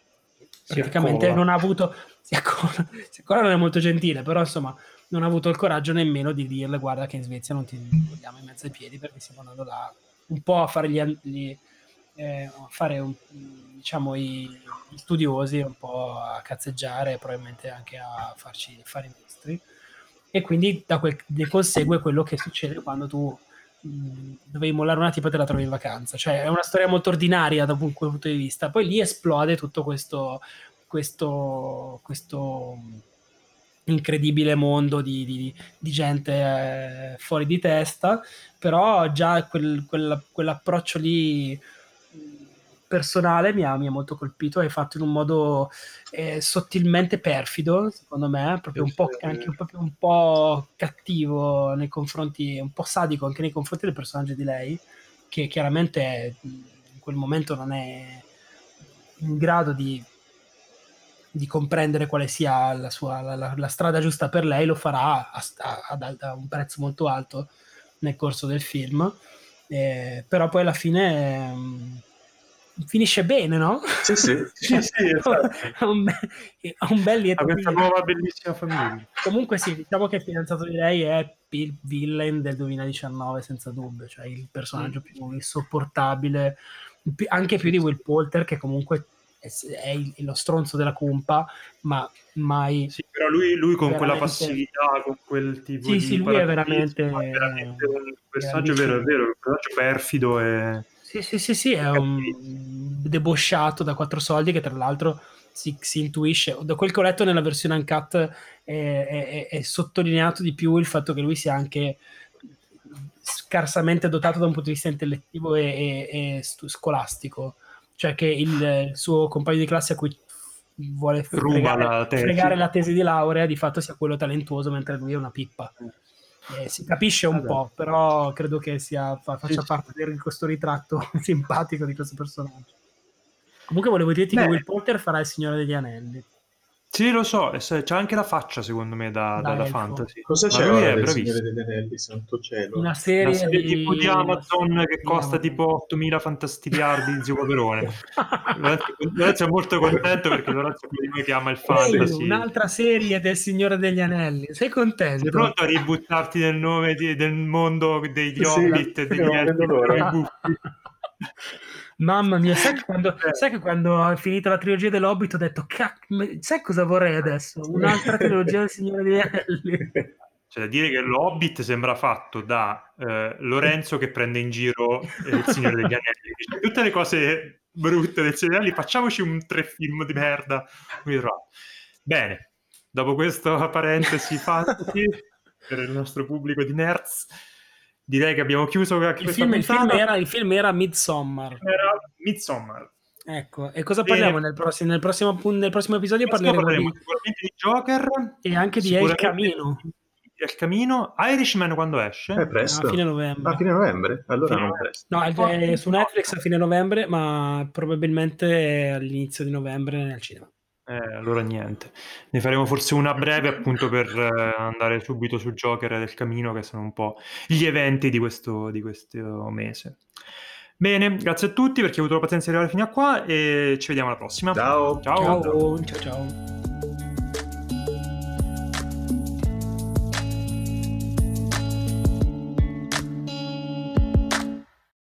Si praticamente accola. non ha avuto, si accola, si accola non è molto gentile, però insomma non ha avuto il coraggio nemmeno di dirle guarda che in Svezia non ti vogliamo in mezzo ai piedi perché stiamo andando là un po' a fare gli, an- gli- eh, a fare un- diciamo i, gli studiosi, un po' a cazzeggiare e probabilmente anche a farci fare i nostri, e quindi da quel, ne consegue quello che succede quando tu mh, dovevi mollare una tipa e te la trovi in vacanza, cioè è una storia molto ordinaria da quel punto di vista, poi lì esplode tutto questo questo, questo incredibile mondo di, di- di gente eh, fuori di testa, però già quel- quella- quell'approccio lì mh, personale mi ha, mi ha molto colpito, è fatto in un modo eh, sottilmente perfido, secondo me, proprio un po', anche un, proprio un po' cattivo nei confronti, un po' sadico anche nei confronti del personaggio di lei, che chiaramente mh, in quel momento non è in grado di di comprendere quale sia la, sua, la, la- la strada giusta per lei, lo farà a, a- a- a un prezzo molto alto nel corso del film. Eh, però poi alla fine ehm, finisce bene, no? sì, sì. Sì, sì, esatto. ha, un be- ha un bel Ha lieto questa fine. nuova bellissima famiglia. Comunque sì, diciamo che il fidanzato di lei è il villain del duemiladiciannove senza dubbio, cioè il personaggio più insopportabile, pi- anche più Sì, di sì. Will Poulter, che comunque è, è il- lo stronzo della cumpa, ma mai Sì, però lui, lui con quella veramente... passività, con quel tipo Sì, sì, di lui è veramente parassitismo, è eh, veramente un personaggio vero, è grandissimo. vero, un personaggio perfido e, Sì, sì, sì, sì, e è cattivissimo. un debosciato da quattro soldi che tra l'altro si, si intuisce, da quel che ho letto nella versione uncut è, è- è sottolineato di più il fatto che lui sia anche scarsamente dotato da un punto di vista intellettivo e, e- e stu- scolastico, cioè che il, il suo compagno di classe a cui vuole Ruba fregare, la tesi. fregare la tesi di laurea di fatto sia quello talentuoso mentre lui è una pippa. Eh, si capisce un Vabbè. po', però credo che sia, fa- Sì, faccia sì. parte di questo ritratto simpatico di questo personaggio. Comunque volevo dirti che Beh, Will Poulter farà il Signore degli Anelli sì, lo so, e se- c'ha anche la faccia secondo me da, da- da da elfo. fantasy, Cosa ma c'è lui ora è del Signore bravissimo. degli Anelli, santo Una cielo? La serie serie T V di di, una Amazon che di costa Amazon. tipo ottomila fantastiliardi di Zio Paperone. Lorenzo, Lorenzo è molto contento perché Lorenzo è quello di noi che ama il Ehi, fantasy. un'altra serie del Signore degli Anelli. Sei Sei contento? pronto a ributtarti nel nome di- del mondo degli Sì, Hobbit e io degli non Elfi vedo e l'ora. i buffi? Mamma mia, sai che quando, sai che quando ho finito la trilogia dell'Hobbit ho detto, "Cac- sai cosa vorrei adesso? Un'altra trilogia del Signore degli Anelli." C'è da dire che l'Hobbit sembra fatto da eh, Lorenzo che prende in giro eh, il Signore degli Anelli. Dice, tutte le cose brutte del Signore degli Anelli, facciamoci un tre film di merda. Bene, dopo questa parentesi fantasy per il nostro pubblico di nerds, direi che abbiamo chiuso anche Il questa film, il film puntata. era, il film era Midsommar. Era Midsommar. Ecco, e cosa Bene. parliamo nel prossimo, nel prossimo, pun- nel prossimo episodio? Adesso Parleremo parleremo di, sicuramente di Joker e anche di El sicuramente Camino. di El Camino. Irishman quando esce? È presto. A fine novembre. A fine novembre? Allora Fine non novembre. presto. No, è, è su Netflix a fine novembre, ma probabilmente all'inizio di novembre nel cinema. Eh, allora niente, ne faremo forse una breve appunto per eh, andare subito su Joker e del Camino, che sono un po' gli eventi di questo, di questo mese. Bene, grazie a tutti per chi ha avuto la pazienza di arrivare fino a qua e ci vediamo alla prossima. Ciao. Ciao. Ciao, ciao, ciao.